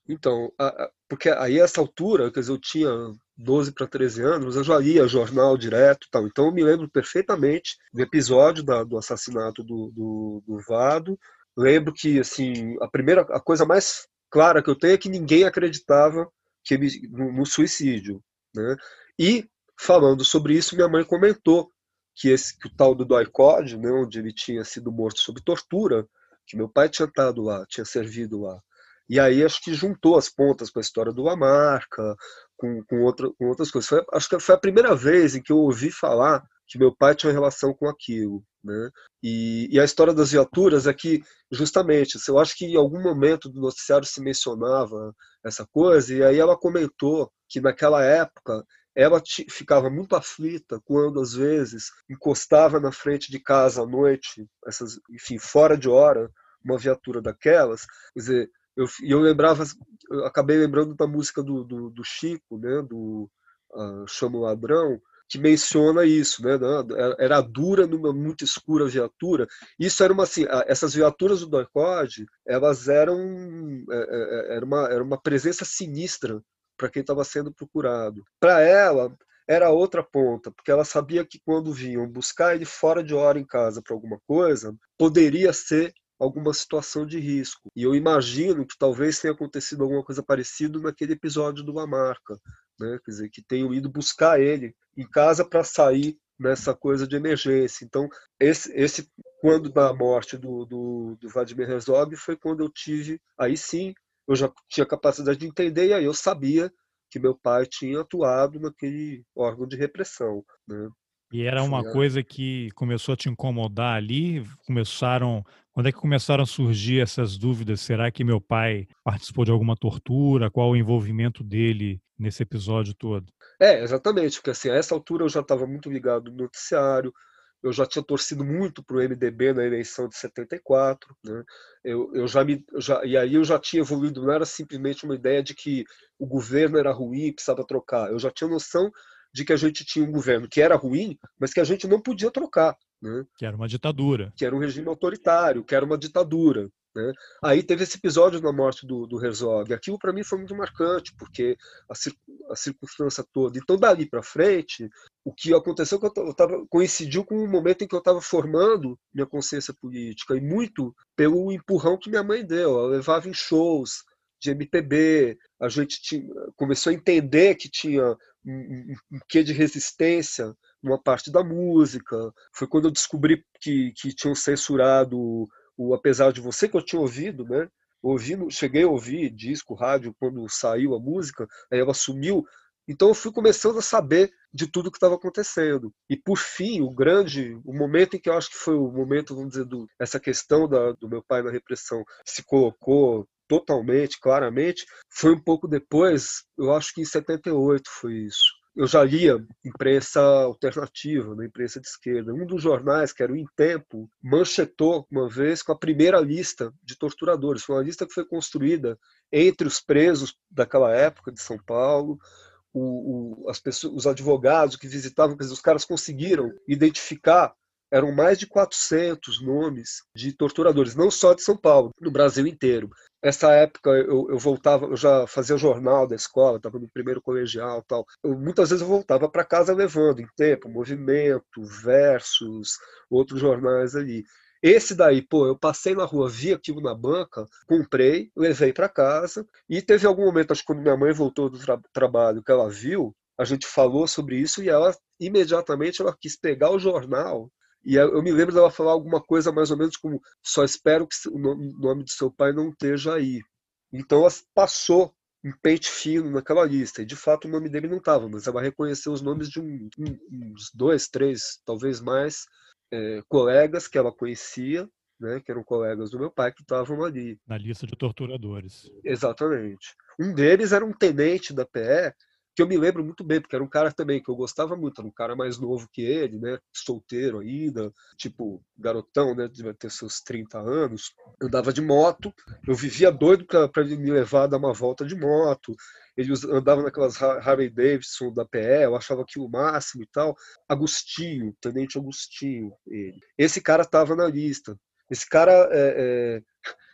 Então, a, a, porque aí a essa altura, quer dizer, eu tinha doze para treze anos, eu já lia jornal direto e tal. Então eu me lembro perfeitamente do episódio da, do assassinato do, do, do Vado. Lembro que, assim, a primeira, a coisa mais clara que eu tenho é que ninguém acreditava que ele, no, no suicídio, né? E, falando sobre isso, minha mãe comentou que, esse, que o tal do doicode, né, onde ele tinha sido morto sob tortura, que meu pai tinha estado lá, tinha servido lá. E aí acho que juntou as pontas com a história do Lamarca, com, com, outra, com outras coisas. Foi, acho que foi a primeira vez em que eu ouvi falar que meu pai tinha relação com aquilo, né? E, e a história das viaturas é que, justamente, eu acho que em algum momento do noticiário se mencionava essa coisa, e aí ela comentou que naquela época ela ficava muito aflita quando, às vezes, encostava na frente de casa à noite, essas, enfim, fora de hora, uma viatura daquelas. Quer dizer, eu, eu lembrava, eu acabei lembrando da música do, do, do Chico, né, do uh, Chama o Ladrão, que menciona isso, né, era dura numa muito escura viatura. Isso era uma assim, essas viaturas do doicode, elas eram era uma, era uma presença sinistra para quem estava sendo procurado. Para ela era outra ponta, porque ela sabia que quando vinham buscar ele fora de hora em casa para alguma coisa, poderia ser alguma situação de risco. E eu imagino que talvez tenha acontecido alguma coisa parecida naquele episódio do Lamarca, né? Quer dizer, que tenham ido buscar ele em casa para sair nessa coisa de emergência. Então, esse, esse quando da morte do, do, do Vladimir Herzog foi quando eu tive, aí sim, eu já tinha capacidade de entender, e aí eu sabia que meu pai tinha atuado naquele órgão de repressão, né? E era uma A... coisa que começou a te incomodar ali? Começaram, quando é que começaram a surgir essas dúvidas? Será que meu pai participou de alguma tortura? Qual o envolvimento dele nesse episódio todo? É, exatamente, porque assim, a essa altura eu já estava muito ligado no noticiário, eu já tinha torcido muito para o M D B na eleição de setenta e quatro, né? Eu, eu já me, eu já, e aí eu já tinha evoluído, não era simplesmente uma ideia de que o governo era ruim e precisava trocar. Eu já tinha noção de que a gente tinha um governo que era ruim, mas que a gente não podia trocar, né? Que era uma ditadura. Que era um regime autoritário, que era uma ditadura, né? Aí teve esse episódio na morte do, do Herzog. Aquilo para mim foi muito marcante, porque a, cir a circunstância toda. Então, dali para frente, o que aconteceu que eu tava, coincidiu com o momento em que eu estava formando minha consciência política, e muito pelo empurrão que minha mãe deu. Ela levava em shows de M P B, a gente tinha, começou a entender que tinha um, um, um quê de resistência numa parte da música. Foi quando eu descobri que, que tinham censurado o, o Apesar de Você, que eu tinha ouvido, né? Ouvindo, cheguei a ouvir disco, rádio, quando saiu a música, aí ela sumiu. Então eu fui começando a saber de tudo que estava acontecendo. E por fim, o grande, o momento em que eu acho que foi o momento, vamos dizer, do, essa questão da, do meu pai na repressão se colocou totalmente, claramente, foi um pouco depois, eu acho que em setenta e oito foi isso. Eu já lia imprensa alternativa, na imprensa de esquerda. Um dos jornais, que era o Em Tempo, manchetou uma vez com a primeira lista de torturadores. Foi uma lista que foi construída entre os presos daquela época de São Paulo, o, o, as pessoas, os advogados que visitavam, quer dizer, os caras conseguiram identificar, eram mais de quatrocentos nomes de torturadores, não só de São Paulo, no Brasil inteiro. Essa época eu, eu voltava, eu já fazia jornal da escola, estava no primeiro colegial, tal. Eu, muitas vezes eu voltava para casa levando Em Tempo, Movimento, Versus, outros jornais ali. Esse daí, pô, eu passei na rua, vi aquilo na banca, comprei, levei para casa, e teve algum momento, acho que quando minha mãe voltou do tra trabalho, que ela viu, a gente falou sobre isso, e ela imediatamente ela quis pegar o jornal. E eu me lembro dela falar alguma coisa mais ou menos como: só espero que o nome do seu pai não esteja aí. Então ela passou um pente fino naquela lista. E de fato o nome dele não estava, mas ela reconheceu os nomes de um, um, uns dois, três, talvez mais, é, colegas que ela conhecia, né, que eram colegas do meu pai, que estavam ali. Na lista de torturadores. Exatamente. Um deles era um tenente da P E, que eu me lembro muito bem, porque era um cara também que eu gostava muito, era um cara mais novo que ele, né, solteiro ainda, tipo, garotão, né, devia ter seus trinta anos. Eu andava de moto, eu vivia doido para ele me levar a dar uma volta de moto. Ele andava naquelas Harley Davidson da P E, eu achava que o máximo e tal. Agostinho, tenente Agostinho, ele. Esse cara estava na lista. Esse cara é, é,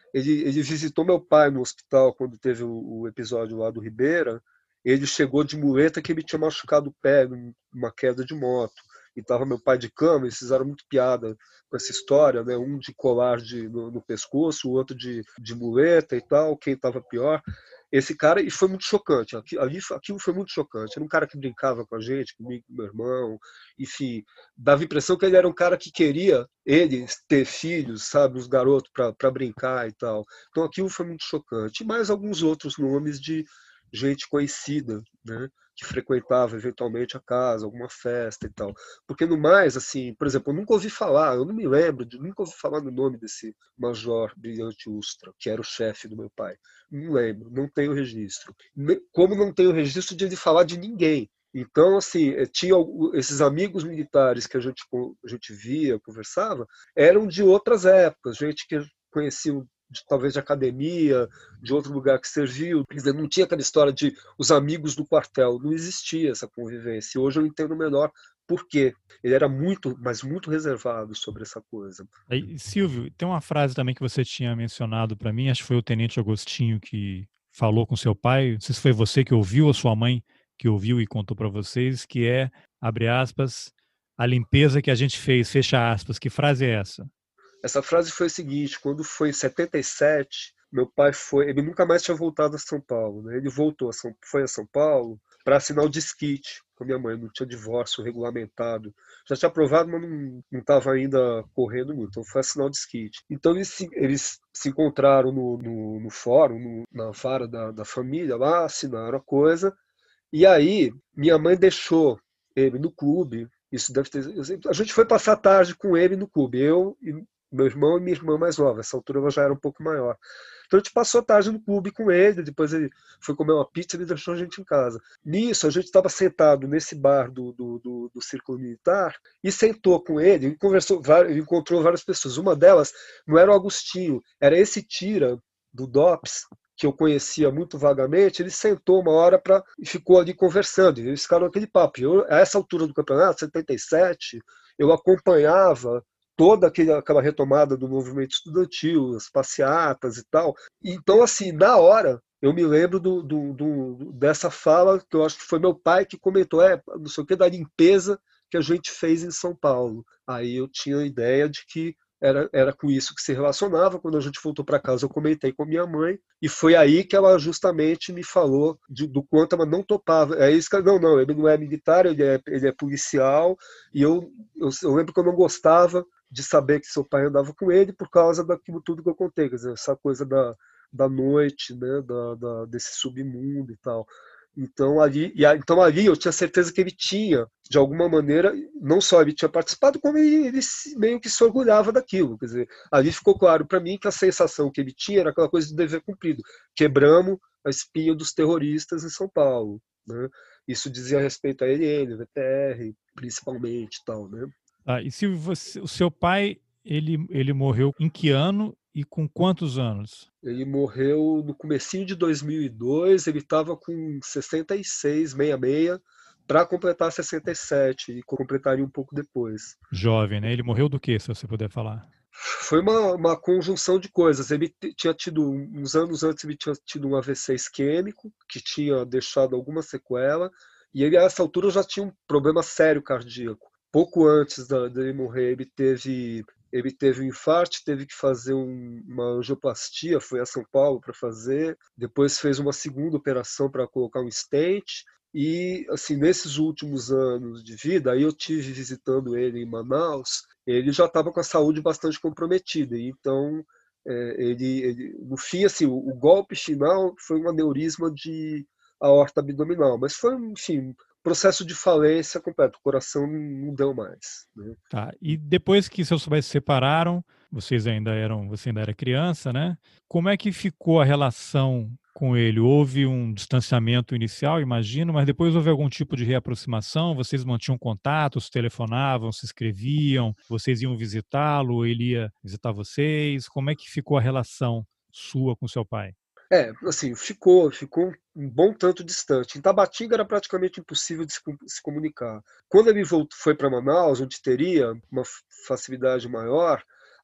ele, ele visitou meu pai no hospital quando teve o, o episódio lá do Ribeira. Ele chegou de muleta que ele tinha machucado o pé numa queda de moto. E estava meu pai de cama, eles fizeram muito piada com essa história, né? Um de colar de, no, no pescoço, o outro de, de muleta e tal, quem estava pior. Esse cara, e foi muito chocante, aquilo, aquilo foi muito chocante. Era um cara que brincava com a gente, comigo, com meu irmão, enfim, dava a impressão que ele era um cara que queria, ele, ter filhos, sabe, os garotos para brincar e tal. Então aquilo foi muito chocante. E mais alguns outros nomes de gente conhecida, né, que frequentava eventualmente a casa, alguma festa e tal. Porque no mais, assim, por exemplo, eu nunca ouvi falar, eu não me lembro, de nunca ouvi falar no nome desse Major Brilhante Ustra, que era o chefe do meu pai. Não lembro, não tenho registro. Como não tenho registro de ele falar de ninguém. Então, assim, tinha esses amigos militares que a gente, a gente via, conversava, eram de outras épocas, gente que conhecia de, talvez de academia, de outro lugar que serviu. Quer dizer, não tinha aquela história de os amigos do quartel, não existia essa convivência. Hoje eu entendo melhor por quê. Ele era muito, mas muito reservado sobre essa coisa. Aí, Silvio, tem uma frase também que você tinha mencionado para mim, acho que foi o Tenente Agostinho que falou com seu pai, não sei se foi você que ouviu ou sua mãe que ouviu e contou para vocês, que é, abre aspas, a limpeza que a gente fez, fecha aspas. Que frase é essa? Essa frase foi a seguinte: quando foi em setenta e sete, meu pai foi, ele nunca mais tinha voltado a São Paulo, né? Ele voltou a São, foi a São Paulo para assinar o disquite com a minha mãe, não tinha divórcio regulamentado. Já tinha aprovado, mas não estava ainda correndo muito, então foi assinar o disquite. Então eles se, eles se encontraram no, no, no fórum, no, na vara da, da família, lá assinaram a coisa, e aí minha mãe deixou ele no clube. Isso deve ter. A gente foi passar a tarde com ele no clube, eu e meu irmão e minha irmã mais nova. Essa altura ela já era um pouco maior. Então a gente passou a tarde no clube com ele, depois ele foi comer uma pizza e ele deixou a gente em casa. Nisso, a gente estava sentado nesse bar do, do, do, do Círculo Militar e sentou com ele, e conversou, ele encontrou várias pessoas. Uma delas não era o Agostinho, era esse Tira do DOPS, que eu conhecia muito vagamente. Ele sentou uma hora pra, e ficou ali conversando. E eles ficaram naquele papo. Eu, a essa altura do campeonato, setenta e sete, eu acompanhava toda aquela retomada do movimento estudantil, as passeatas e tal. Então, assim, na hora, eu me lembro do, do, do, dessa fala, que eu acho que foi meu pai que comentou, é, não sei o que, da limpeza que a gente fez em São Paulo. Aí eu tinha a ideia de que Era, era com isso que se relacionava. Quando a gente voltou para casa, eu comentei com a minha mãe, e foi aí que ela justamente me falou de, do quanto ela não topava. É isso que não, não, ele não é militar, ele é, ele é policial, e eu, eu, eu lembro que eu não gostava de saber que seu pai andava com ele por causa daquilo tudo que eu contei, quer dizer, essa coisa da, da noite, né, da, da, desse submundo e tal. Então ali, e, então ali eu tinha certeza que ele tinha, de alguma maneira, não só ele tinha participado, como ele, ele meio que se orgulhava daquilo. Quer dizer, ali ficou claro para mim que a sensação que ele tinha era aquela coisa de dever cumprido. Quebramos a espinha dos terroristas em São Paulo, né? Isso dizia respeito a ele, ele, V T R, principalmente, tal, né? Ah, e se você, o seu pai, ele, ele morreu em que ano e com quantos anos? Ele morreu no comecinho de dois mil e dois, ele estava com sessenta e seis, sessenta e seis, para completar sessenta e sete, e completaria um pouco depois. Jovem, né? Ele morreu do que, se você puder falar? Foi uma, uma conjunção de coisas. Ele tinha tido, uns anos antes, ele tinha tido um A V C isquêmico, que tinha deixado alguma sequela, e ele, a essa altura, já tinha um problema sério cardíaco. Pouco antes da, dele morrer, ele teve, ele teve um infarto, teve que fazer um, uma angioplastia, foi a São Paulo para fazer, depois fez uma segunda operação para colocar um stent. E, assim, nesses últimos anos de vida, aí eu tive visitando ele em Manaus, ele já estava com a saúde bastante comprometida. E então, é, ele, ele, no fim, assim, o, o golpe final foi um aneurisma de aorta abdominal, mas foi, enfim, processo de falência completo, o coração não deu mais, né? Tá. E depois que seus pais se separaram, vocês ainda eram, você ainda era criança, né? Como é que ficou a relação com ele? Houve um distanciamento inicial, imagino, mas depois houve algum tipo de reaproximação? Vocês mantinham contato, se telefonavam, se escreviam, vocês iam visitá-lo, ele ia visitar vocês? Como é que ficou a relação sua com seu pai? É, assim, ficou, ficou um bom tanto distante. Em Tabatinga era praticamente impossível de se, se comunicar. Quando ele voltou, foi para Manaus, onde teria uma facilidade maior,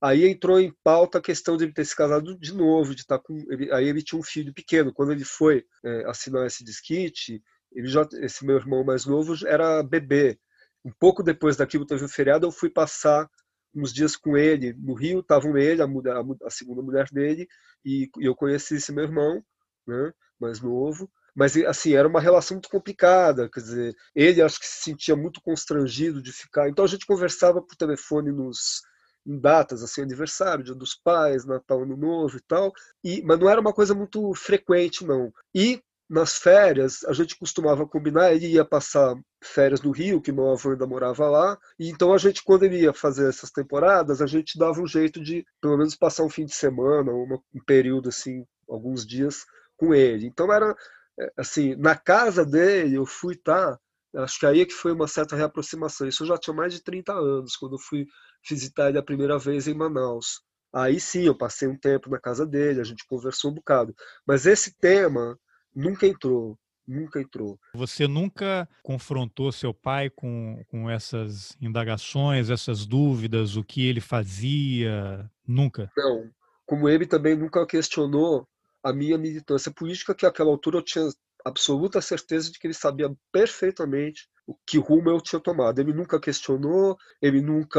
Aí entrou em pauta a questão de ele ter se casado de novo, de estar com ele, aí ele tinha um filho pequeno. Quando ele foi é, assinar esse disquete, ele já, esse meu irmão mais novo era bebê. Um pouco depois daquilo teve um feriado, eu fui passar uns dias com ele no Rio, estavam ele, a, mulher, a segunda mulher dele, e, e eu conheci esse meu irmão, né, mais novo. Mas, assim, era uma relação muito complicada, quer dizer, ele acho que se sentia muito constrangido de ficar. Então a gente conversava por telefone nos, em datas, assim, aniversário, Dia dos Pais, Natal, Ano Novo e tal, e, mas não era uma coisa muito frequente, não. E nas férias, a gente costumava combinar, ele ia passar férias no Rio, que meu avô ainda morava lá, e então a gente, quando ele ia fazer essas temporadas, a gente dava um jeito de, pelo menos, passar um fim de semana, uma, um período, assim, alguns dias com ele. Então era assim, na casa dele eu fui estar, tá, acho que aí é que foi uma certa reaproximação. Isso eu já tinha mais de trinta anos, quando eu fui visitar ele a primeira vez em Manaus. Aí sim, eu passei um tempo na casa dele, a gente conversou um bocado. Mas esse tema nunca entrou, nunca entrou. Você nunca confrontou seu pai com, com essas indagações, essas dúvidas, o que ele fazia? Nunca? Não. Como ele também nunca questionou a minha militância política, que àquela altura eu tinha absoluta certeza de que ele sabia perfeitamente o que rumo eu tinha tomado. Ele nunca questionou, ele nunca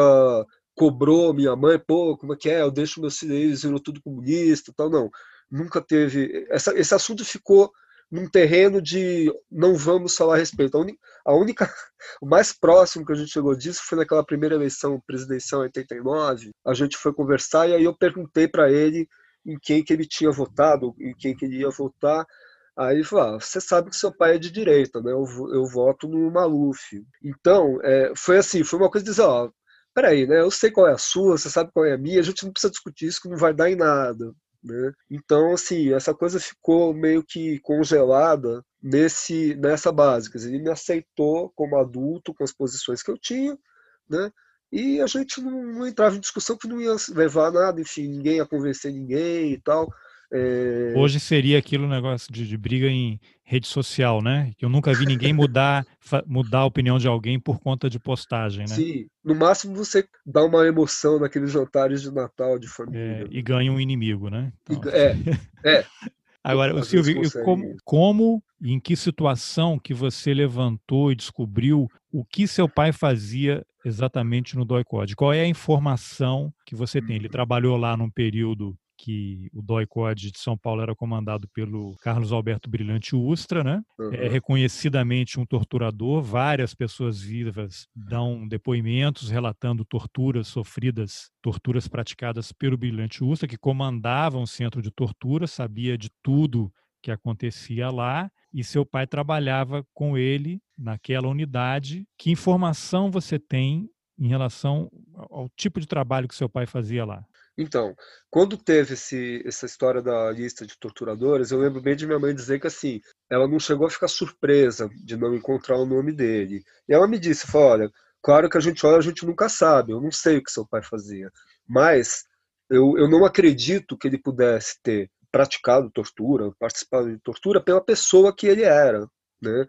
cobrou minha mãe, pô, como é que é? Eu deixo meus filhos, virou tudo comunista, tal, não. Nunca teve. Essa, esse assunto ficou num terreno de não vamos falar a respeito. A, un, a única, o mais próximo que a gente chegou disso foi naquela primeira eleição presidencial em oitenta e nove. A gente foi conversar e aí eu perguntei para ele em quem que ele tinha votado, em quem que ele ia votar. Aí ele falou, ah, você sabe que seu pai é de direita, né? Eu, eu voto no Maluf. Então, é, foi assim, foi uma coisa de dizer, ó, peraí, né? Eu sei qual é a sua, você sabe qual é a minha, a gente não precisa discutir isso que não vai dar em nada. Né? Então, assim, essa coisa ficou meio que congelada nesse, nessa base. Quer dizer, ele me aceitou como adulto, com as posições que eu tinha, né? E a gente não, não entrava em discussão que não ia levar a nada, enfim, ninguém ia convencer ninguém e tal. É... Hoje seria aquilo negócio de, de briga em rede social, né? Eu nunca vi ninguém mudar, mudar a opinião de alguém por conta de postagem, né? Sim, no máximo você dá uma emoção naqueles jantares de Natal de família. É, e ganha um inimigo, né? Então... É, é. Agora, o Às vezes Silvio, consegue como, isso. como e em que situação que você levantou e descobriu o que seu pai fazia exatamente no D O I-CODE? Qual é a informação que você tem? Ele trabalhou lá num período que o D O I-CODE de São Paulo era comandado pelo Carlos Alberto Brilhante Ustra, né? É Uhum. reconhecidamente um torturador. Várias pessoas vivas dão depoimentos relatando torturas sofridas, torturas praticadas pelo Brilhante Ustra, que comandava um centro de tortura, sabia de tudo que acontecia lá, e seu pai trabalhava com ele naquela unidade. Que informação você tem em relação ao tipo de trabalho que seu pai fazia lá? Então, quando teve esse, essa história da lista de torturadores, eu lembro bem de minha mãe dizer que assim, ela não chegou a ficar surpresa de não encontrar o nome dele. E ela me disse, falou, olha, claro que a gente olha, a gente nunca sabe, eu não sei o que seu pai fazia, mas eu, eu não acredito que ele pudesse ter praticado tortura, participado de tortura pela pessoa que ele era, né?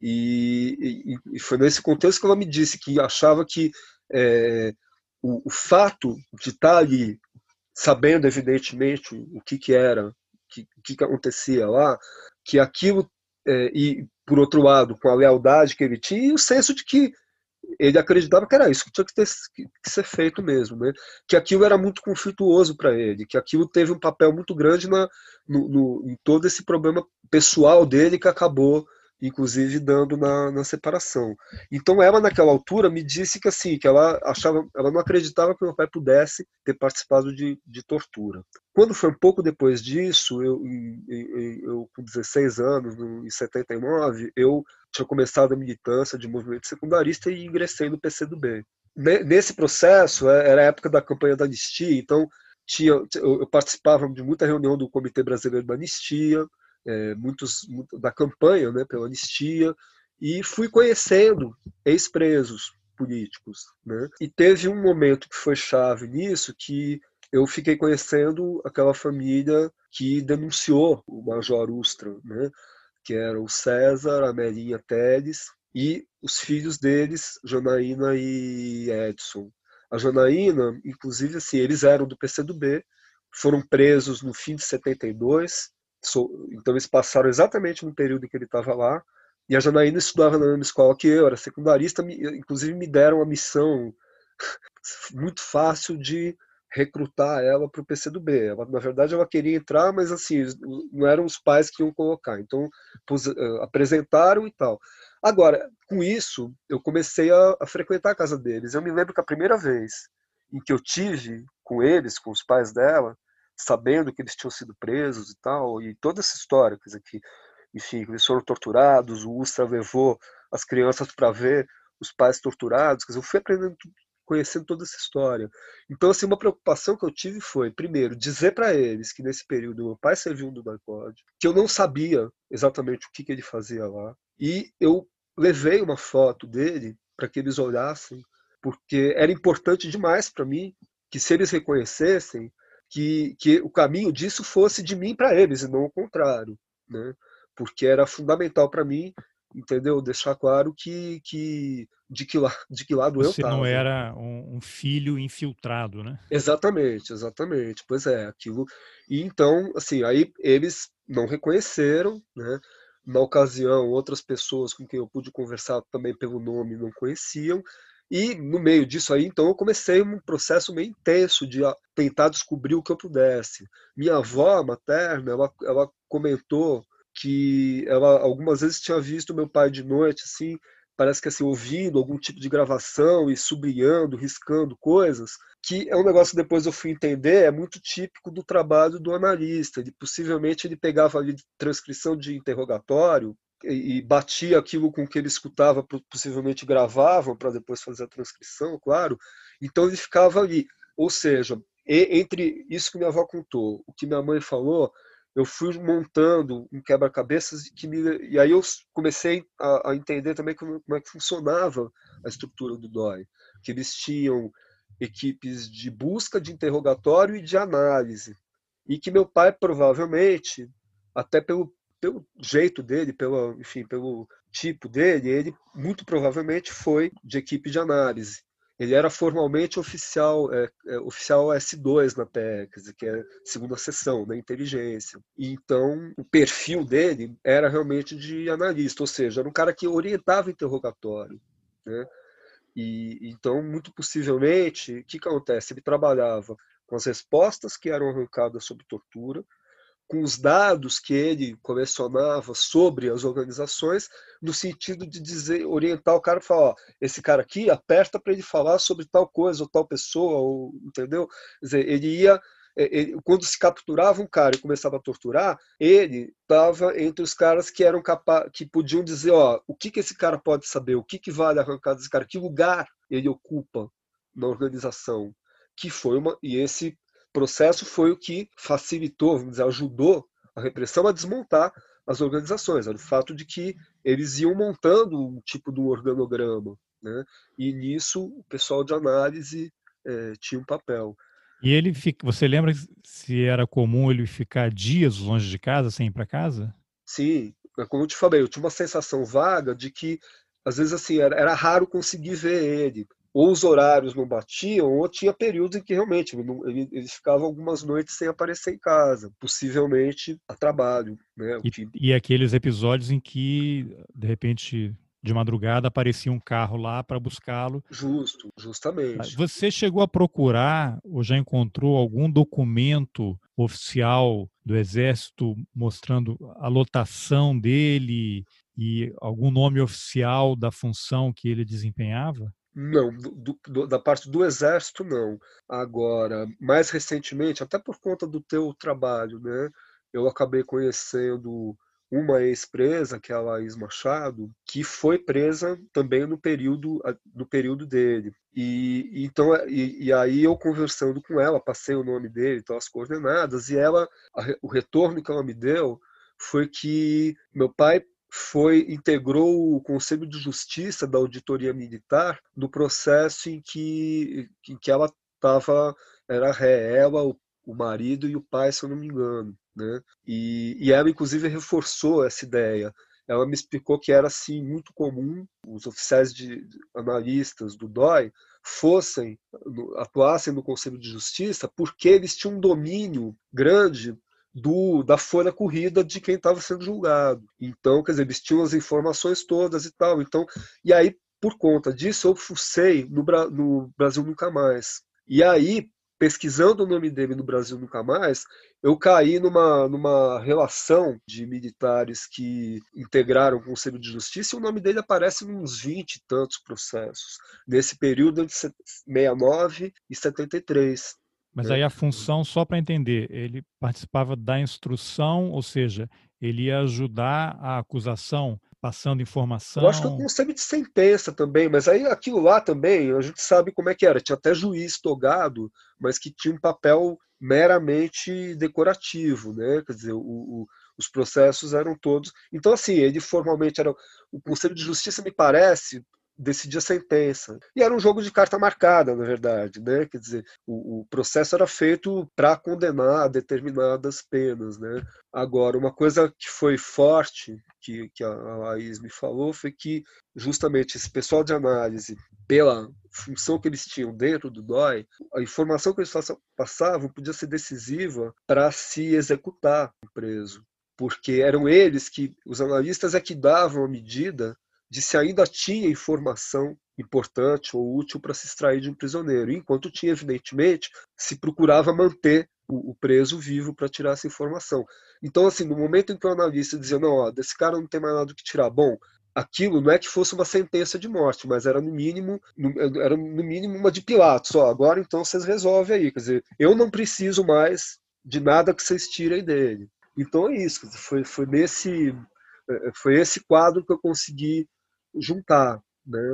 E, e, e foi nesse contexto que ela me disse que achava que é, o, o fato de estar ali sabendo evidentemente o que, que era, o que, que, que acontecia lá, que aquilo, é, e por outro lado, com a lealdade que ele tinha, e o senso de que ele acreditava que era isso que tinha que, ter, que, que ser feito mesmo, né? Que aquilo era muito conflituoso para ele, que aquilo teve um papel muito grande na, no, no, em todo esse problema pessoal dele que acabou inclusive dando na, na separação. Então ela naquela altura me disse que assim, que ela achava, ela não acreditava que meu pai pudesse ter participado de, de tortura. Quando foi um pouco depois disso, eu, eu, eu com dezesseis anos, em setenta e nove, eu tinha começado a militância de movimento secundarista e ingressei no P C do B. Nesse processo, era a época da campanha da anistia, então tinha, eu participava de muita reunião do Comitê Brasileiro da Anistia, É, muitos muito, da campanha, né, pela anistia, e fui conhecendo ex-presos políticos, né? E teve um momento que foi chave nisso, que eu fiquei conhecendo aquela família que denunciou o Major Ustra, né? Que era o César, a Melinha Teles e os filhos deles, Janaína e Edson. A Janaína, inclusive, assim, eles eram do P C do B, foram presos no fim de setenta e dois, então eles passaram exatamente no período em que ele estava lá, e a Janaína estudava na mesma escola que eu, era secundarista, inclusive me deram a missão muito fácil de recrutar ela para o P C do B. Ela, na verdade, ela queria entrar, mas assim, não eram os pais que iam colocar. Então, pus, uh, apresentaram e tal. Agora, com isso, eu comecei a, a frequentar a casa deles. Eu me lembro que a primeira vez em que eu tive com eles, com os pais dela, sabendo que eles tinham sido presos e tal, e toda essa história, quer dizer, que, enfim, eles foram torturados, o Ustra levou as crianças para ver os pais torturados, quer dizer, eu fui aprendendo tudo, conhecendo toda essa história. Então, assim, uma preocupação que eu tive foi, primeiro, dizer para eles que nesse período meu pai serviu um do narcótico, que eu não sabia exatamente o que, que ele fazia lá, e eu levei uma foto dele para que eles olhassem, porque era importante demais para mim que, se eles reconhecessem, que, que o caminho disso fosse de mim para eles, e não o contrário, né? Porque era fundamental para mim, entendeu? Deixar claro que, que de que, la, de que lado eu Você estava. não era um, um filho infiltrado, né? Exatamente, exatamente. Pois é, aquilo. E então, assim, aí eles não reconheceram, né? Na ocasião, outras pessoas com quem eu pude conversar também pelo nome não conheciam. E no meio disso aí, então, eu comecei um processo meio intenso de tentar descobrir o que eu pudesse. Minha avó materna, ela, ela comentou que ela algumas vezes tinha visto meu pai de noite, assim, parece que assim, ouvindo algum tipo de gravação e sublinhando, riscando coisas, que é um negócio que depois eu fui entender, é muito típico do trabalho do analista. Ele possivelmente ele pegava ali transcrição de interrogatório e, e batia aquilo com que ele escutava, possivelmente gravavam para depois fazer a transcrição, claro. Então ele ficava ali. Ou seja, e, entre isso que minha avó contou, o que minha mãe falou, eu fui montando um quebra-cabeças que me, e aí eu comecei a, a entender também como, como é que funcionava a estrutura do D O I, que eles tinham equipes de busca, de interrogatório e de análise, e que meu pai provavelmente, até pelo, pelo jeito dele, pelo, enfim, pelo tipo dele, ele muito provavelmente foi de equipe de análise. Ele era formalmente oficial, é, é, oficial S dois na P E C, que é a segunda seção da inteligência. E então, o perfil dele era realmente de analista, ou seja, era um cara que orientava o interrogatório, né? E então, muito possivelmente, o que, que acontece? Ele trabalhava com as respostas que eram arrancadas sob tortura, com os dados que ele colecionava sobre as organizações, no sentido de dizer, orientar o cara e falar, ó, esse cara aqui aperta para ele falar sobre tal coisa ou tal pessoa, ou, entendeu? Quer dizer, ele ia, ele, quando se capturava um cara e começava a torturar, ele estava entre os caras que eram capazes, que podiam dizer, ó, o que que esse cara pode saber, o que que vale arrancar desse cara, que lugar ele ocupa na organização, que foi uma, e esse processo foi o que facilitou, vamos dizer, ajudou a repressão a desmontar as organizações. Era o fato de que eles iam montando um tipo de um organograma, né? E nisso o pessoal de análise é, tinha um papel. E ele fica, você lembra se era comum ele ficar dias longe de casa, sem ir para casa? Sim, como eu te falei, eu tinha uma sensação vaga de que às vezes assim era, era raro conseguir ver ele. Ou os horários não batiam, ou tinha períodos em que realmente ele, não, ele, ele ficava algumas noites sem aparecer em casa, possivelmente a trabalho, né? O E, que... e aqueles episódios em que, de repente, de madrugada, aparecia um carro lá para buscá-lo. Justo, justamente. Você chegou a procurar ou já encontrou algum documento oficial do Exército mostrando a lotação dele e algum nome oficial da função que ele desempenhava? Não, do, do, da parte do Exército, não. Agora, mais recentemente, até por conta do teu trabalho, né, eu acabei conhecendo uma ex-presa, que é a Laís Machado, que foi presa também no período, no período dele. E, então, e, e aí eu conversando com ela, passei o nome dele, então as coordenadas, e ela, a, o retorno que ela me deu foi que meu pai foi integrou o Conselho de Justiça da Auditoria Militar no processo em que, em que ela estava, era ré, ela, o, o marido e o pai, se eu não me engano, né? E, e ela, inclusive, reforçou essa ideia. Ela me explicou que era assim muito comum os oficiais de analistas do D O I fossem, atuassem no Conselho de Justiça, porque eles tinham um domínio grande do, da folha corrida de quem estava sendo julgado. Então, quer dizer, eles tinham as informações todas e tal. Então, e aí, por conta disso, eu fucei no, no Brasil Nunca Mais. E aí, pesquisando o nome dele no Brasil Nunca Mais, eu caí numa, numa relação de militares que integraram o Conselho de Justiça e o nome dele aparece em uns vinte e tantos processos, nesse período entre sessenta e nove e setenta e três. Mas né? aí a função, só para entender, ele participava da instrução, ou seja, ele ia ajudar a acusação, passando informação? Eu acho que eu conceito de sentença também, mas aí aquilo lá também, a gente sabe como é que era. Tinha até juiz togado, mas que tinha um papel meramente decorativo, né? Quer dizer, o, o, os processos eram todos. Então, assim, ele formalmente era. O Conselho de Justiça, me parece, decidia a sentença. E era um jogo de carta marcada, na verdade, né? Quer dizer, o, o processo era feito para condenar determinadas penas, né? Agora, uma coisa que foi forte, que, que a Laís me falou, foi que justamente esse pessoal de análise, pela função que eles tinham dentro do D O I, a informação que eles passavam podia ser decisiva para se executar o preso. Porque eram eles que, os analistas é que davam a medida de se ainda tinha informação importante ou útil para se extrair de um prisioneiro. Enquanto tinha, evidentemente, se procurava manter o, o preso vivo para tirar essa informação. Então, assim, no momento em que o analista dizia, não, ó, desse cara não tem mais nada que tirar, bom, aquilo não é que fosse uma sentença de morte, mas era no mínimo, era no mínimo uma de Pilatos. Ó, agora então vocês resolvem aí. Quer dizer, eu não preciso mais de nada que vocês tirem dele. Então é isso. Foi, foi nesse, foi esse quadro que eu consegui juntar, né?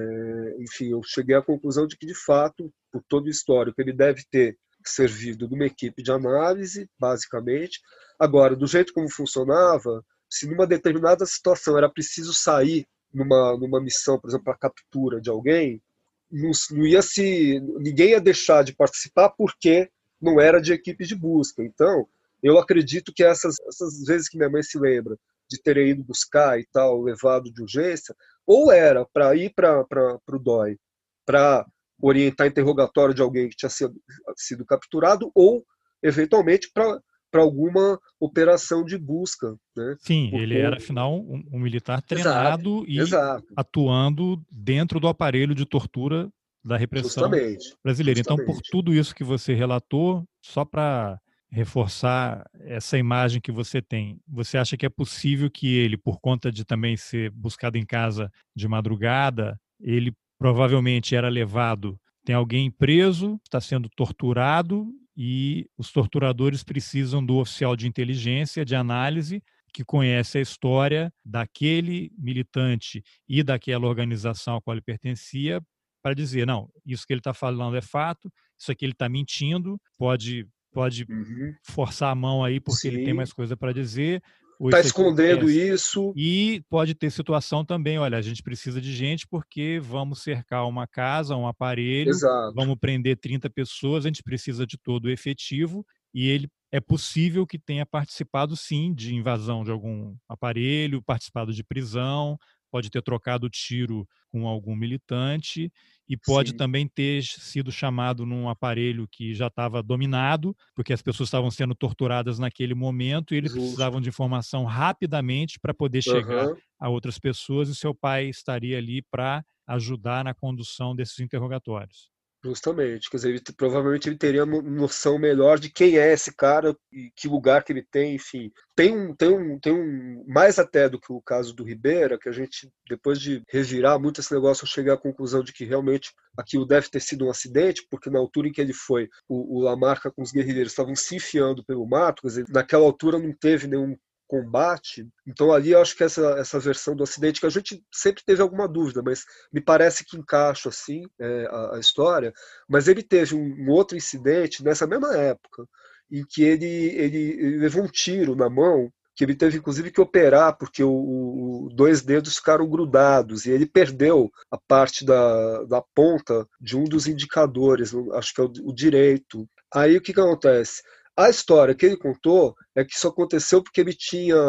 É, enfim, eu cheguei à conclusão de que, de fato, por todo o histórico, ele deve ter servido de uma equipe de análise, basicamente. Agora, do jeito como funcionava, se numa determinada situação era preciso sair numa, numa missão, por exemplo, para captura de alguém, não, não ia se, ninguém ia deixar de participar porque não era de equipe de busca. Então, eu acredito que essas, essas vezes que minha mãe se lembra de terem ido buscar e tal, levado de urgência, ou era para ir para o D O I, para orientar interrogatório de alguém que tinha sido, sido capturado, ou, eventualmente, para para alguma operação de busca. Né? Sim, Porque... ele era, afinal, um, um militar treinado exato, e exato. atuando dentro do aparelho de tortura da repressão justamente, brasileira. Justamente. Então, por tudo isso que você relatou, só para reforçar essa imagem que você tem, você acha que é possível que ele, por conta de também ser buscado em casa de madrugada, ele provavelmente era levado, tem alguém preso, está sendo torturado, e os torturadores precisam do oficial de inteligência, de análise, que conhece a história daquele militante e daquela organização a qual ele pertencia, para dizer, não, isso que ele está falando é fato, isso aqui ele está mentindo, pode, pode uhum. forçar a mão aí porque Sim. ele tem mais coisa para dizer. Está escondendo é... isso. E pode ter situação também, olha, a gente precisa de gente porque vamos cercar uma casa, um aparelho, Exato. vamos prender trinta pessoas, a gente precisa de todo o efetivo, e ele é possível que tenha participado, sim, de invasão de algum aparelho, participado de prisão, pode ter trocado tiro com algum militante e pode Sim. também ter sido chamado num aparelho que já estava dominado, porque as pessoas estavam sendo torturadas naquele momento e eles Justo. precisavam de informação rapidamente para poder chegar uhum. a outras pessoas, e seu pai estaria ali para ajudar na condução desses interrogatórios. Justamente, quer dizer, ele, provavelmente ele teria noção melhor de quem é esse cara e que lugar que ele tem, enfim. Tem um, tem um, tem um, mais até do que o caso do Ribeira, que a gente, depois de revirar muito esse negócio, eu cheguei à conclusão de que realmente aquilo deve ter sido um acidente, porque na altura em que ele foi, o, o Lamarca com os guerrilheiros estavam se enfiando pelo mato, quer dizer, naquela altura não teve nenhum combate, então ali eu acho que essa, essa versão do acidente, que a gente sempre teve alguma dúvida, mas me parece que encaixa assim é, a, a história, mas ele teve um, um outro incidente nessa mesma época, em que ele, ele, ele levou um tiro na mão, que ele teve inclusive que operar, porque o, o, dois dedos ficaram grudados, e ele perdeu a parte da, da ponta de um dos indicadores, acho que é o, o direito. Aí o que, que acontece? A história que ele contou é que isso aconteceu porque ele tinha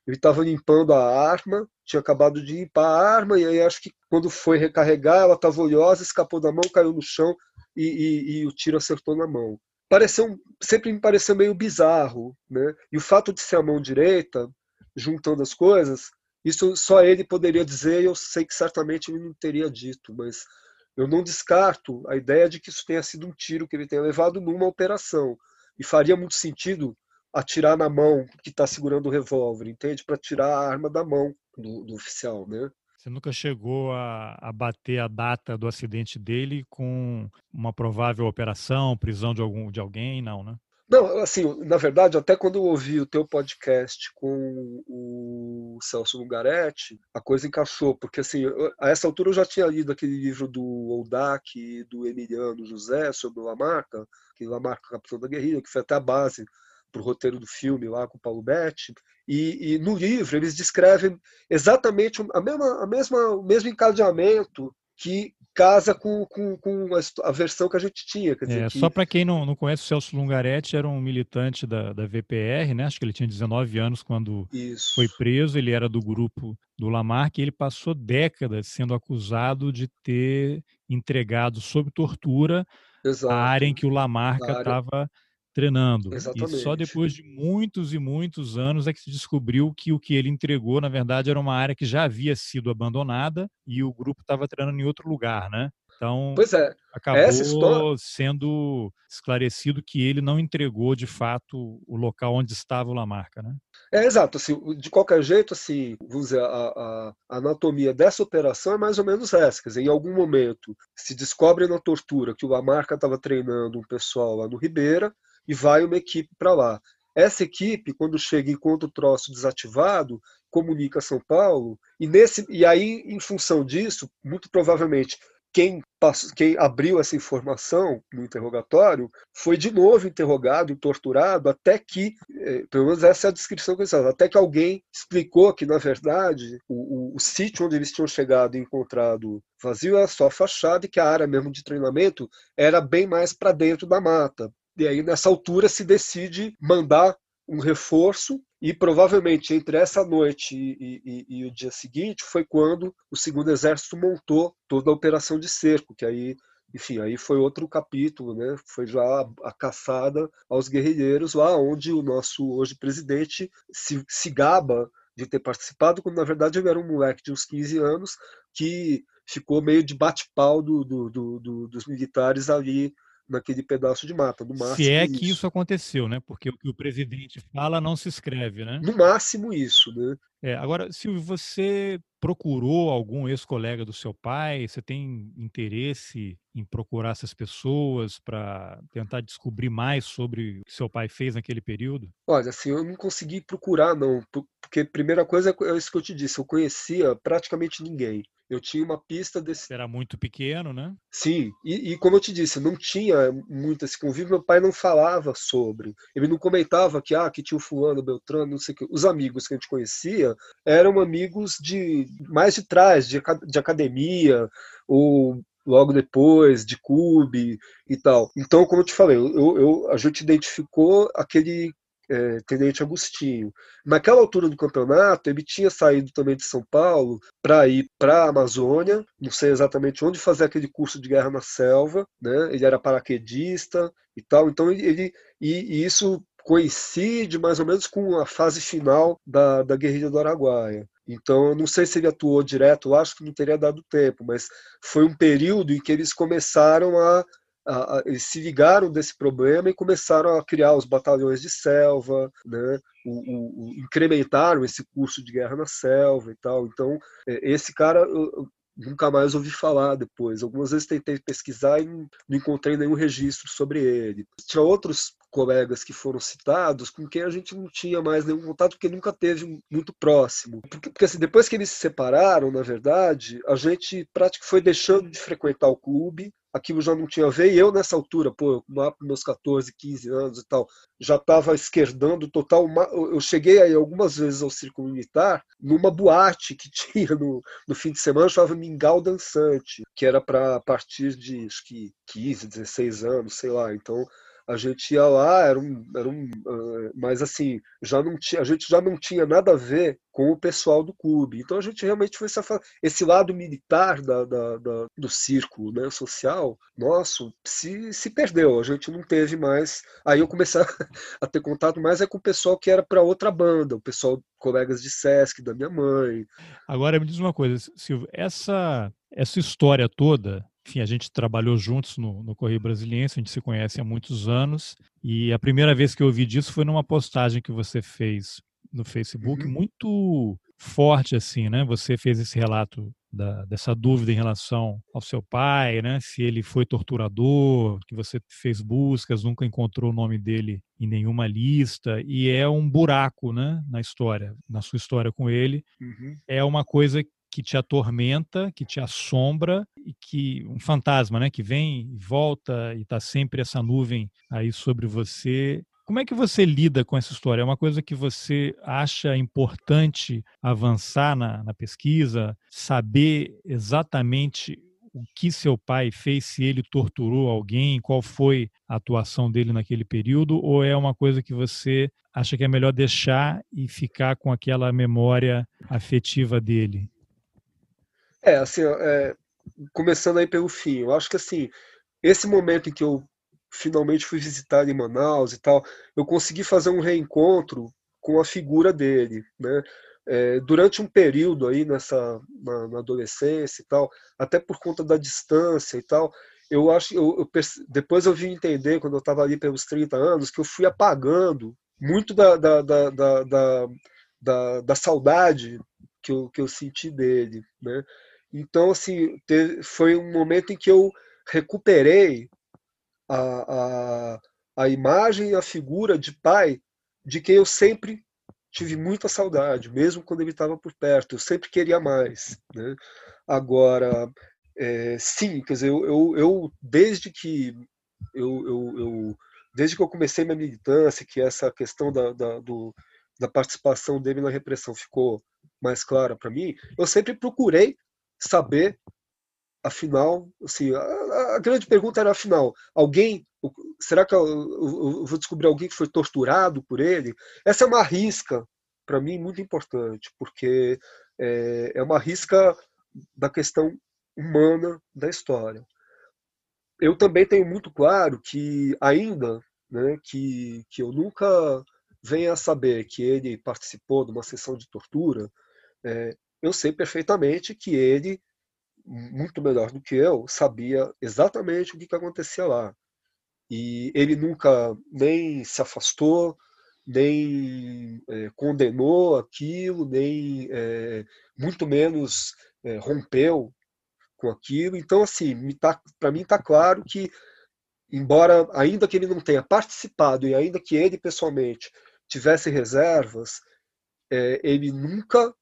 ele estava limpando a arma, tinha acabado de limpar a arma, e aí acho que quando foi recarregar, ela estava oleosa, escapou da mão, caiu no chão e, e, e o tiro acertou na mão. Pareceu, sempre me pareceu meio bizarro, né? E o fato de ser a mão direita, juntando as coisas, isso só ele poderia dizer, e eu sei que certamente ele não teria dito, mas eu não descarto a ideia de que isso tenha sido um tiro que ele tenha levado numa operação. E faria muito sentido atirar na mão que está segurando o revólver, entende? Para tirar a arma da mão do, do oficial, né? Você nunca chegou a, a bater a data do acidente dele com uma provável operação, prisão de, algum, de alguém? Não, né? Não, assim, na verdade, até quando eu ouvi o teu podcast com o Celso Lungaretti, a coisa encaixou, porque assim, eu, a essa altura eu já tinha lido aquele livro do Oldak e do Emiliano José sobre o Lamarca, que Lamarca, capitão da guerrilha, que foi até a base para o roteiro do filme lá com o Paulo Betti, e, e no livro eles descrevem exatamente a mesma, a mesma, o mesmo encadeamento que casa com, com, com a, a versão que a gente tinha. Quer dizer, É, que só para quem não, não conhece, o Celso Lungaretti era um militante da, da V P R, né? Acho que ele tinha dezenove anos quando foi isso, preso, ele era do grupo do Lamarck e ele passou décadas sendo acusado de ter entregado sob tortura a área em exato, que o Lamarca da área, estava treinando. E só exatamente. depois de muitos e muitos anos é que se descobriu que o que ele entregou, na verdade, era uma área que já havia sido abandonada e o grupo estava treinando em outro lugar, né? Então, Pois é, essa história, acabou sendo esclarecido que ele não entregou, de fato, o local onde estava o Lamarca, né? é exato, assim, de qualquer jeito, assim, vamos dizer, a, a, a anatomia dessa operação é mais ou menos essa, quer dizer, em algum momento se descobre na tortura que o Lamarca estava treinando um pessoal lá no Ribeira e vai uma equipe para lá. Essa equipe, quando chega e encontra o troço desativado, comunica a São Paulo, e, nesse, e aí, em função disso, muito provavelmente, quem, passou, quem abriu essa informação no interrogatório foi de novo interrogado e torturado até que, eh, pelo menos essa é a descrição que eles fazem, até que alguém explicou que, na verdade, o, o, o sítio onde eles tinham chegado e encontrado vazio era só a fachada e que a área mesmo de treinamento era bem mais para dentro da mata. E aí, nessa altura, se decide mandar um reforço e provavelmente entre essa noite e, e, e, o dia seguinte foi quando o segundo exército montou toda a operação de cerco, que aí, enfim, aí foi outro capítulo, né? Foi já a, a caçada aos guerrilheiros lá onde o nosso hoje presidente se, se gaba de ter participado, quando na verdade ele era um moleque de uns quinze anos que ficou meio de bate-pau do, do, do, do, dos militares ali naquele pedaço de mata, no Se máximo é que isso isso. aconteceu, né? Porque o que o presidente fala não se escreve, né? No máximo isso, né? É, agora, Silvio, você procurou algum ex-colega do seu pai? Você tem interesse em procurar essas pessoas para tentar descobrir mais sobre o que seu pai fez naquele período? Olha, assim, eu não consegui procurar, não, por- porque primeira coisa é isso que eu te disse, eu conhecia praticamente ninguém. Eu tinha uma pista desse. Você era muito pequeno, né? Sim, e, e como eu te disse, não tinha muito esse convívio, meu pai não falava sobre. Ele não comentava que, ah, que tinha o fulano, Beltrano, não sei o que. Os amigos que a gente conhecia eram amigos de mais de trás, de, aca- de academia, ou logo depois, de clube e tal. Então, como eu te falei, eu, eu- a gente identificou aquele é, Tenente Agostinho. Naquela altura do campeonato, ele tinha saído também de São Paulo para ir para a Amazônia, não sei exatamente onde fazer aquele curso de guerra na selva, né? Ele era paraquedista e tal, então ele, ele e, e isso coincide mais ou menos com a fase final da, da guerrilha do Araguaia. Então, eu não sei se ele atuou direto lá, acho que não teria dado tempo, mas foi um período em que eles começaram a a, a, eles se ligaram desse problema e começaram a criar os batalhões de selva, né? o, o, o, incrementaram esse curso de guerra na selva e tal. Então, esse cara eu, eu nunca mais ouvi falar depois. Algumas vezes tentei pesquisar e não, não encontrei nenhum registro sobre ele. Tinha outros colegas que foram citados com quem a gente não tinha mais nenhum contato porque nunca teve muito próximo. Porque, porque assim, depois que eles se separaram, na verdade, a gente praticamente foi deixando de frequentar o clube, aquilo já não tinha a ver, e eu nessa altura, pô, lá para meus catorze, quinze anos e tal, já estava esquerdando total. Eu cheguei aí algumas vezes ao Círculo Militar numa boate que tinha no, no fim de semana, chamava Mingau Dançante, que era para a partir de acho que quinze, dezesseis anos, sei lá. Então A gente ia lá, era um, era um, uh, mas assim, já não tinha, a gente já não tinha nada a ver com o pessoal do clube. Então a gente realmente foi essa, esse lado militar da, da, da, do círculo, né, social nosso se, se perdeu. A gente não teve mais. Aí eu comecei a, a ter contato mais é com o pessoal que era para outra banda, o pessoal, colegas de Sesc da minha mãe. Agora me diz uma coisa, Silvio, essa, essa história toda, enfim, a gente trabalhou juntos no, no Correio Brasiliense, a gente se conhece há muitos anos, e a primeira vez que eu ouvi disso foi numa postagem que você fez no Facebook, Uhum. muito forte, assim, né? Você fez esse relato da, dessa dúvida em relação ao seu pai, né? Se ele foi torturador, que você fez buscas, nunca encontrou o nome dele em nenhuma lista, e é um buraco, né, na história, na sua história com ele, Uhum. é uma coisa que te atormenta, que te assombra e que um fantasma, né, que vem e volta e está sempre essa nuvem aí sobre você. Como é que você lida com essa história? É uma coisa que você acha importante avançar na, na pesquisa, saber exatamente o que seu pai fez, se ele torturou alguém, qual foi a atuação dele naquele período, ou é uma coisa que você acha que é melhor deixar e ficar com aquela memória afetiva dele? É, assim, ó, é, começando aí pelo fim, eu acho que assim, esse momento em que eu finalmente fui visitar ele em Manaus e tal, eu consegui fazer um reencontro com a figura dele, né? É, durante um período aí nessa na, na adolescência e tal, até por conta da distância e tal, eu acho, eu, eu perce- depois eu vim entender quando eu estava ali pelos trinta anos que eu fui apagando muito da, da, da, da, da, da- da saudade que eu, que eu senti dele, né? Então, assim, teve- foi um momento em que eu recuperei a, a, a imagem e a figura de pai de quem eu sempre tive muita saudade, mesmo quando ele estava por perto. Eu sempre queria mais, né? Agora, é, sim, quer dizer, eu, eu, eu desde que eu, eu, eu, desde que eu comecei minha militância, que essa questão da, da, do, da participação dele na repressão ficou mais clara para mim, eu sempre procurei saber. Afinal, assim, a, a grande pergunta era, afinal, alguém, será que eu, eu- eu vou descobrir alguém que foi torturado por ele? Essa é uma risca, para mim, muito importante, porque é, é uma risca da questão humana da história. Eu também tenho muito claro que ainda, né, que, que eu nunca venha a saber que ele participou de uma sessão de tortura, é, eu sei perfeitamente que ele muito melhor do que eu, sabia exatamente o que, que acontecia lá. E ele nunca nem se afastou, nem é, condenou aquilo, nem é, muito menos é, rompeu com aquilo. Então, assim, tá, para mim está claro que, embora, ainda que ele não tenha participado e ainda que ele pessoalmente tivesse reservas, é, ele nunca,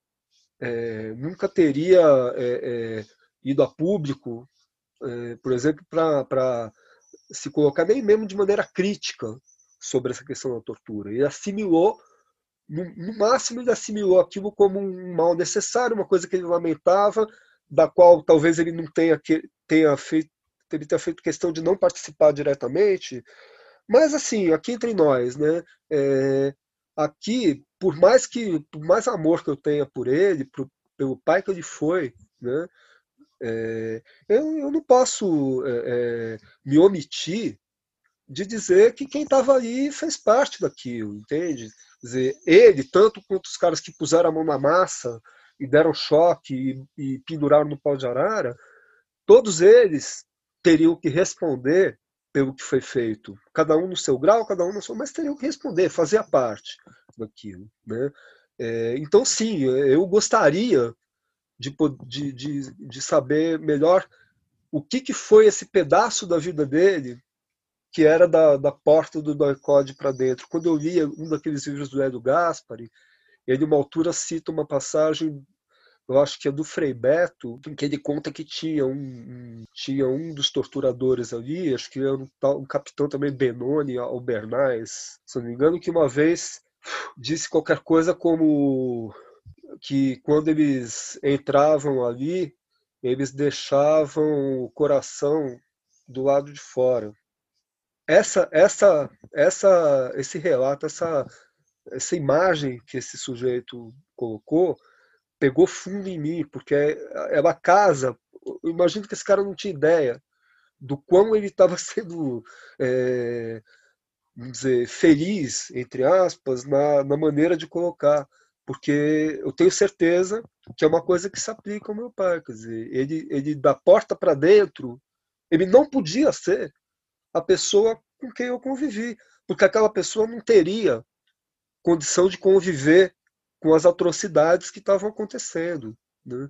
é, nunca teria é, é, ido a público, por exemplo, para se colocar nem mesmo de maneira crítica sobre essa questão da tortura. Ele assimilou, no, no máximo, ele assimilou aquilo como um mal necessário, uma coisa que ele lamentava, da qual talvez ele não tenha, tenha feito, ele tenha feito questão de não participar diretamente. Mas, assim, aqui entre nós, né? É, aqui, por mais que, por mais amor que eu tenha por ele, por, pelo pai que ele foi, né? É, eu, eu não posso é, é, me omitir de dizer que quem estava ali fez parte daquilo, entende? Quer dizer, ele, tanto quanto os caras que puseram a mão na massa e deram choque e, e penduraram no pau de arara, todos eles teriam que responder pelo que foi feito. Cada um no seu grau, cada um no seu, mas teriam que responder, fazer a parte daquilo, né? É, então, sim, eu gostaria de, de, de, de saber melhor o que, que foi esse pedaço da vida dele que era da, da porta do Doicode para dentro. Quando eu li um daqueles livros do Hélio Gaspari, ele, uma altura, cita uma passagem, eu acho que é do Frei Beto, em que ele conta que tinha um, um, tinha um dos torturadores ali, acho que era um, um capitão também, Benoni Albernaz, se não me engano, que uma vez disse qualquer coisa como que quando eles entravam ali, eles deixavam o coração do lado de fora. essa, essa, essa, esse relato, essa, essa imagem que esse sujeito colocou, pegou fundo em mim, porque ela casa. Eu imagino que esse cara não tinha ideia do quão ele estava sendo, é, vamos dizer, feliz, entre aspas, na, na maneira de colocar. Porque eu tenho certeza que é uma coisa que se aplica ao meu pai. Quer dizer, ele, ele da porta para dentro, ele não podia ser a pessoa com quem eu convivi, porque aquela pessoa não teria condição de conviver com as atrocidades que estavam acontecendo, né?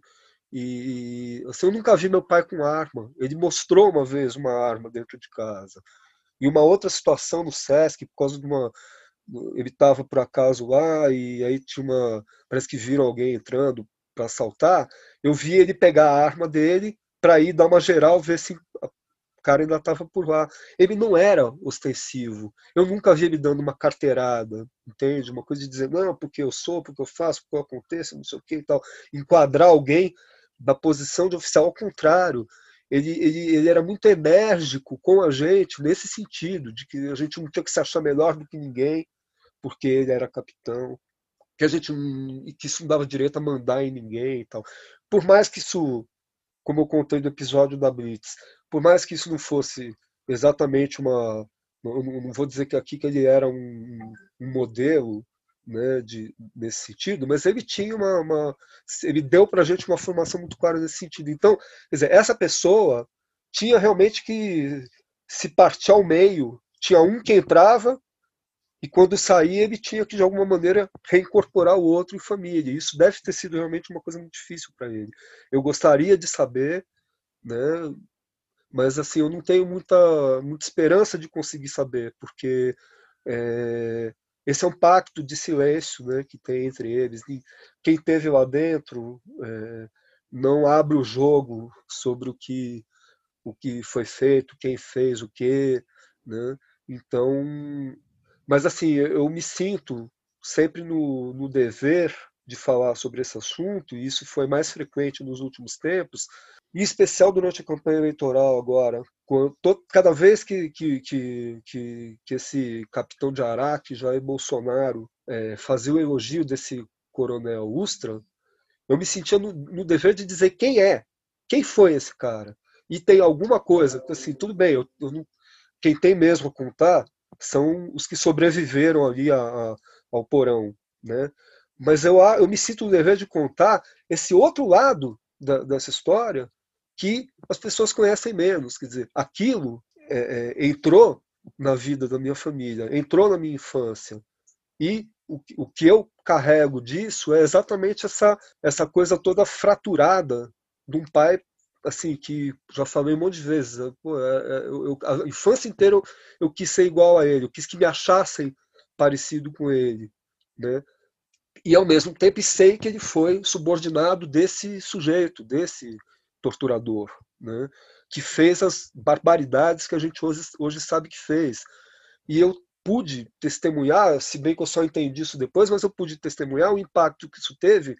E assim, eu nunca vi meu pai com arma. Ele mostrou uma vez uma arma dentro de casa. E uma outra situação no Sesc, por causa de uma. Ele estava por acaso lá e aí tinha uma. Parece que viram alguém entrando para assaltar. Eu vi ele pegar a arma dele para ir dar uma geral, ver se o cara ainda estava por lá. Ele não era ostensivo. Eu nunca vi ele dando uma carteirada, entende? Uma coisa de dizer, não, porque eu sou, porque eu faço, porque eu aconteço, não sei o que e tal. Enquadrar alguém da posição de oficial, ao contrário. Ele, ele, ele era muito enérgico com a gente, nesse sentido, de que a gente não tinha que se achar melhor do que ninguém, porque ele era capitão, que a gente não, que isso não dava direito a mandar em ninguém e tal. Por mais que isso, como eu contei do episódio da Blitz, por mais que isso não fosse exatamente uma. Eu não vou dizer que aqui que ele era um, um modelo, né, de, nesse sentido, mas ele tinha uma. uma ele deu para a gente uma formação muito clara nesse sentido. Então, quer dizer, essa pessoa tinha realmente que se partir ao meio. Tinha um que entrava e quando saía ele tinha que de alguma maneira reincorporar o outro em família. Isso deve ter sido realmente uma coisa muito difícil para ele. Eu gostaria de saber, né? Mas assim eu não tenho muita, muita esperança de conseguir saber, porque é, esse é um pacto de silêncio, né, que tem entre eles. E quem esteve lá dentro é, não abre o jogo sobre o que o que foi feito, quem fez o quê, né? Então, mas assim, eu me sinto sempre no, no dever de falar sobre esse assunto, e isso foi mais frequente nos últimos tempos, em especial durante a campanha eleitoral agora, quando, to, cada vez que, que, que, que, que esse capitão de Araque, Jair Bolsonaro, é, fazia o elogio desse coronel Ustra, eu me sentia no, no dever de dizer quem é, quem foi esse cara. E tem alguma coisa, assim, tudo bem, eu, eu não, quem tem mesmo a contar são os que sobreviveram ali a, a, ao porão, né? Mas eu, eu me sinto no dever de contar esse outro lado da, dessa história que as pessoas conhecem menos. Quer dizer, aquilo é, é, entrou na vida da minha família, entrou na minha infância. E o, o que eu carrego disso é exatamente essa, essa coisa toda fraturada de um pai assim que já falei um monte de vezes. Pô, é, eu, eu, a infância inteira eu, eu quis ser igual a ele, eu quis que me achassem parecido com ele, né? E ao mesmo tempo sei que ele foi subordinado desse sujeito, desse torturador, né? Que fez as barbaridades que a gente hoje, hoje sabe que fez. E eu pude testemunhar, se bem que eu só entendi isso depois, mas eu pude testemunhar o impacto que isso teve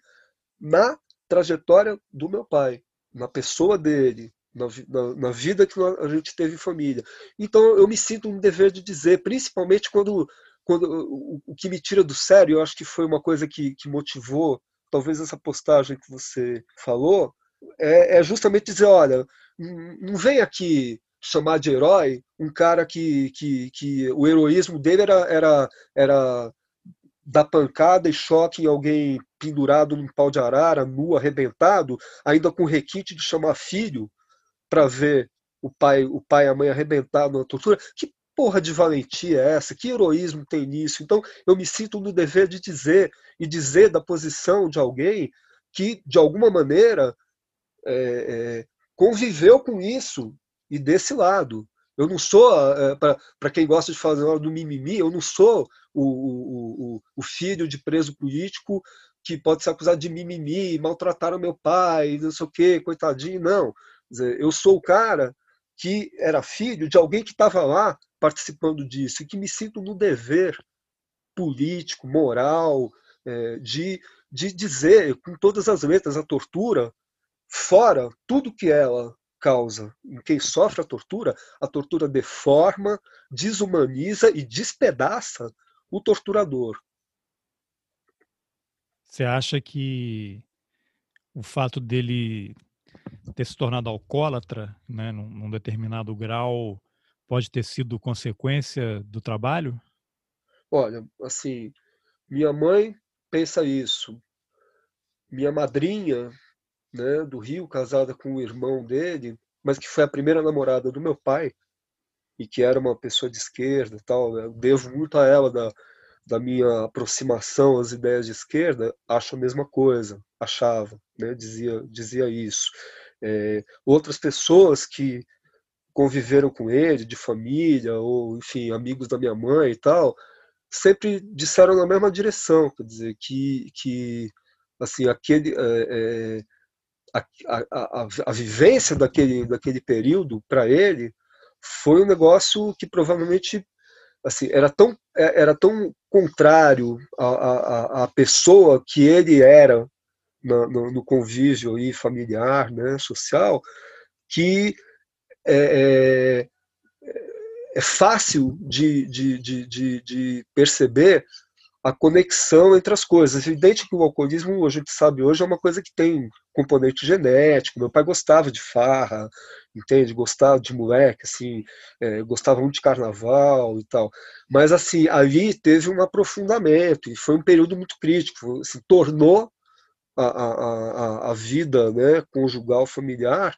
na trajetória do meu pai, na pessoa dele, na, na, na vida que a gente teve em família. Então eu me sinto um dever de dizer, principalmente quando, quando o, o que me tira do sério, eu acho que foi uma coisa que, que motivou, talvez essa postagem que você falou, é, é justamente dizer, olha, não vem aqui chamar de herói um cara que, que, que o heroísmo dele era, era, era dar pancada e choque em alguém pendurado num pau de arara, nu, arrebentado, ainda com requinte de chamar filho para ver o pai, o pai e a mãe arrebentado na tortura. Que porra de valentia é essa? Que heroísmo tem nisso? Então eu me sinto no dever de dizer e dizer da posição de alguém que de alguma maneira é, é, conviveu com isso e desse lado. Eu não sou, é, para quem gosta de fazer hora do mimimi, eu não sou o, o, o, o filho de preso político que pode ser acusado de mimimi, maltratar o meu pai, não sei o quê, coitadinho, não. Quer dizer, eu sou o cara que era filho de alguém que estava lá participando disso e que me sinto no dever político, moral, é, de, de dizer com todas as letras a tortura, fora tudo que ela causa em quem sofre a tortura, a tortura deforma, desumaniza e despedaça o torturador. Você acha que o fato dele ter se tornado alcoólatra, né, num, num determinado grau, pode ter sido consequência do trabalho? Olha, assim, minha mãe pensa isso. Minha madrinha, né, do Rio, casada com o irmão dele, mas que foi a primeira namorada do meu pai, e que era uma pessoa de esquerda e tal, eu devo muito a ela da, da minha aproximação às ideias de esquerda, acho a mesma coisa, achava, né, dizia, dizia isso. É, outras pessoas que conviveram com ele, de família, ou, enfim, amigos da minha mãe e tal, sempre disseram na mesma direção, quer dizer, que, que assim, aquele, é, é, a, a, a, a vivência daquele, daquele período, para ele, foi um negócio que provavelmente assim, era tão, era tão contrário à, à, à pessoa que ele era no, no, no convívio aí familiar, né, social, que é, é, é fácil de, de, de, de, de perceber a conexão entre as coisas. É evidente que o alcoolismo, a gente sabe hoje, é uma coisa que tem componente genético. Meu pai gostava de farra, entende? Gostava de moleque, assim, é, gostava muito de carnaval e tal. Mas, assim, ali teve um aprofundamento e foi um período muito crítico. Assim, tornou a, a, a, a vida, né, conjugal, familiar,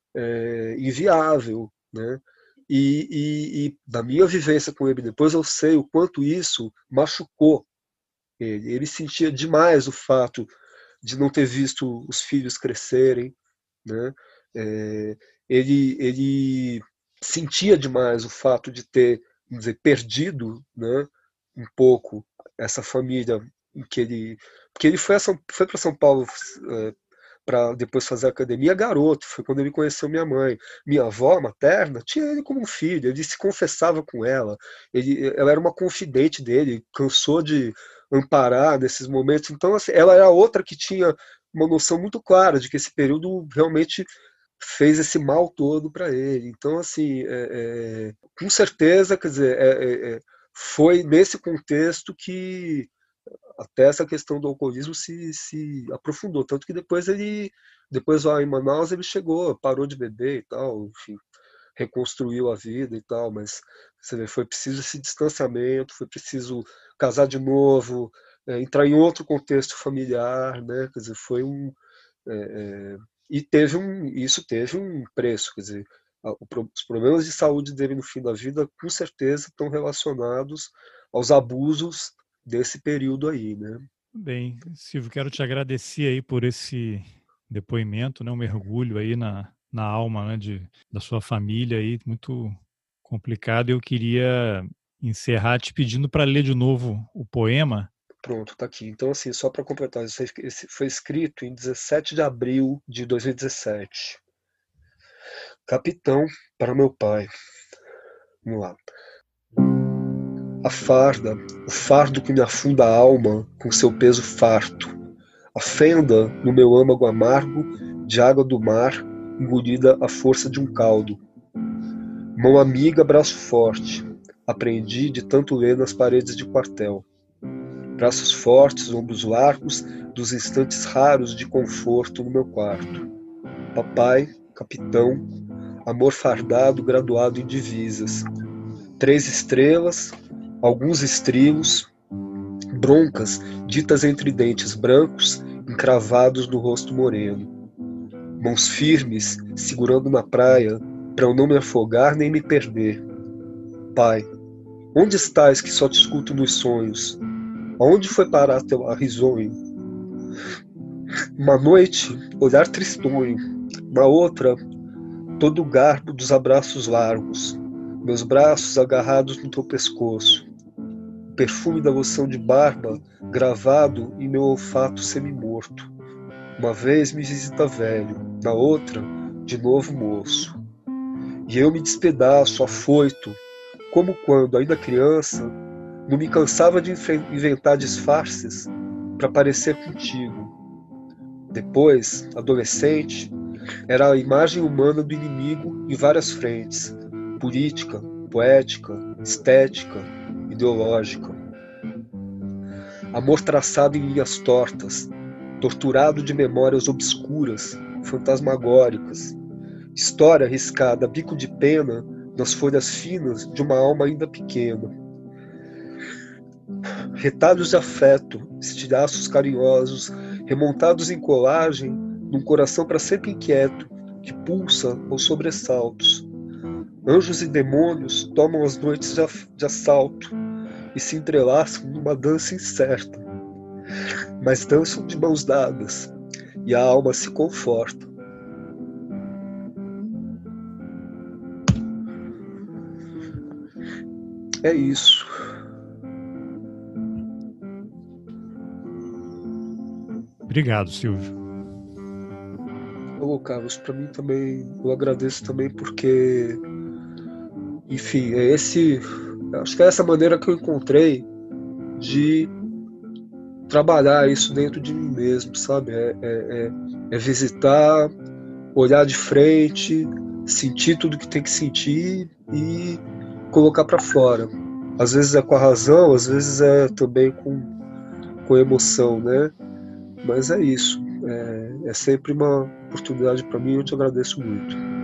é, inviável, né? E, e, e da minha vivência com ele depois, eu sei o quanto isso machucou ele. Ele sentia demais o fato de não ter visto os filhos crescerem, né? É, ele, ele sentia demais o fato de ter, vamos dizer, perdido, né, um pouco essa família em que ele, porque ele foi, a São, foi para São Paulo é, para depois fazer academia garoto, foi quando ele conheceu minha mãe. Minha avó materna tinha ele como um filho, ele se confessava com ela, ele, ela era uma confidente dele, cansou de amparar nesses momentos. Então, assim, ela era outra que tinha uma noção muito clara de que esse período realmente fez esse mal todo para ele. Então, assim, é, é, com certeza, quer dizer, é, é, foi nesse contexto que até essa questão do alcoolismo se, se aprofundou, tanto que depois ele, depois lá em Manaus ele chegou, parou de beber e tal, enfim, reconstruiu a vida e tal, mas você vê, foi preciso esse distanciamento, foi preciso casar de novo, é, entrar em outro contexto familiar, né? Quer dizer, foi um é, é, e teve um, isso teve um preço, quer dizer, a, o, os problemas de saúde dele no fim da vida com certeza estão relacionados aos abusos desse período aí, né? Bem, Silvio, quero te agradecer aí por esse depoimento, né, um mergulho aí na, na alma, né, de, da sua família aí, muito complicado. Eu queria encerrar te pedindo para ler de novo o poema. Pronto, tá aqui. Então, assim, só para completar, isso foi escrito em dezessete de abril de dois mil e dezessete. Capitão para meu pai. Vamos lá. A farda, o fardo que me afunda a alma com seu peso farto. A fenda no meu âmago amargo de água do mar, engolida à força de um caldo. Mão amiga, braço forte. Aprendi de tanto ler nas paredes de quartel. Braços fortes, ombros largos, dos instantes raros de conforto no meu quarto. Papai, capitão, amor fardado, graduado em divisas. Três estrelas, alguns estrilos, broncas ditas entre dentes brancos, encravados no rosto moreno. Mãos firmes, segurando na praia, para eu não me afogar nem me perder. Pai, onde estás que só te escuto nos sonhos? Aonde foi parar teu arrisonho? Uma noite, olhar tristonho. Na outra, todo o garbo dos abraços largos. Meus braços agarrados no teu pescoço. O perfume da loção de barba gravado em meu olfato semi-morto. Uma vez me visita velho, na outra, de novo moço. E eu me despedaço, afoito, como quando, ainda criança, não me cansava de inventar disfarces para parecer contigo. Depois, adolescente, Era a imagem humana do inimigo em várias frentes: política, poética, estética, ideológica. Amor traçado em linhas tortas, torturado de memórias obscuras, fantasmagóricas. História riscada a bico de pena nas folhas finas de uma alma ainda pequena. Retalhos de afeto, estilhaços carinhosos, remontados em colagem num coração para sempre inquieto, que pulsa aos sobressaltos. Anjos e demônios tomam as noites de assalto e se entrelaçam numa dança incerta, mas dançam de mãos dadas e a alma se conforta. É isso. Obrigado, Silvio. Ô, Carlos, para mim também, eu agradeço também porque, enfim, é esse, acho que é essa maneira que eu encontrei de trabalhar isso dentro de mim mesmo, sabe? É, é, é, é visitar, olhar de frente, sentir tudo que tem que sentir e colocar para fora. Às vezes é com a razão, às vezes é também com, com emoção, né? Mas é isso. É, é sempre uma oportunidade para mim e eu te agradeço muito.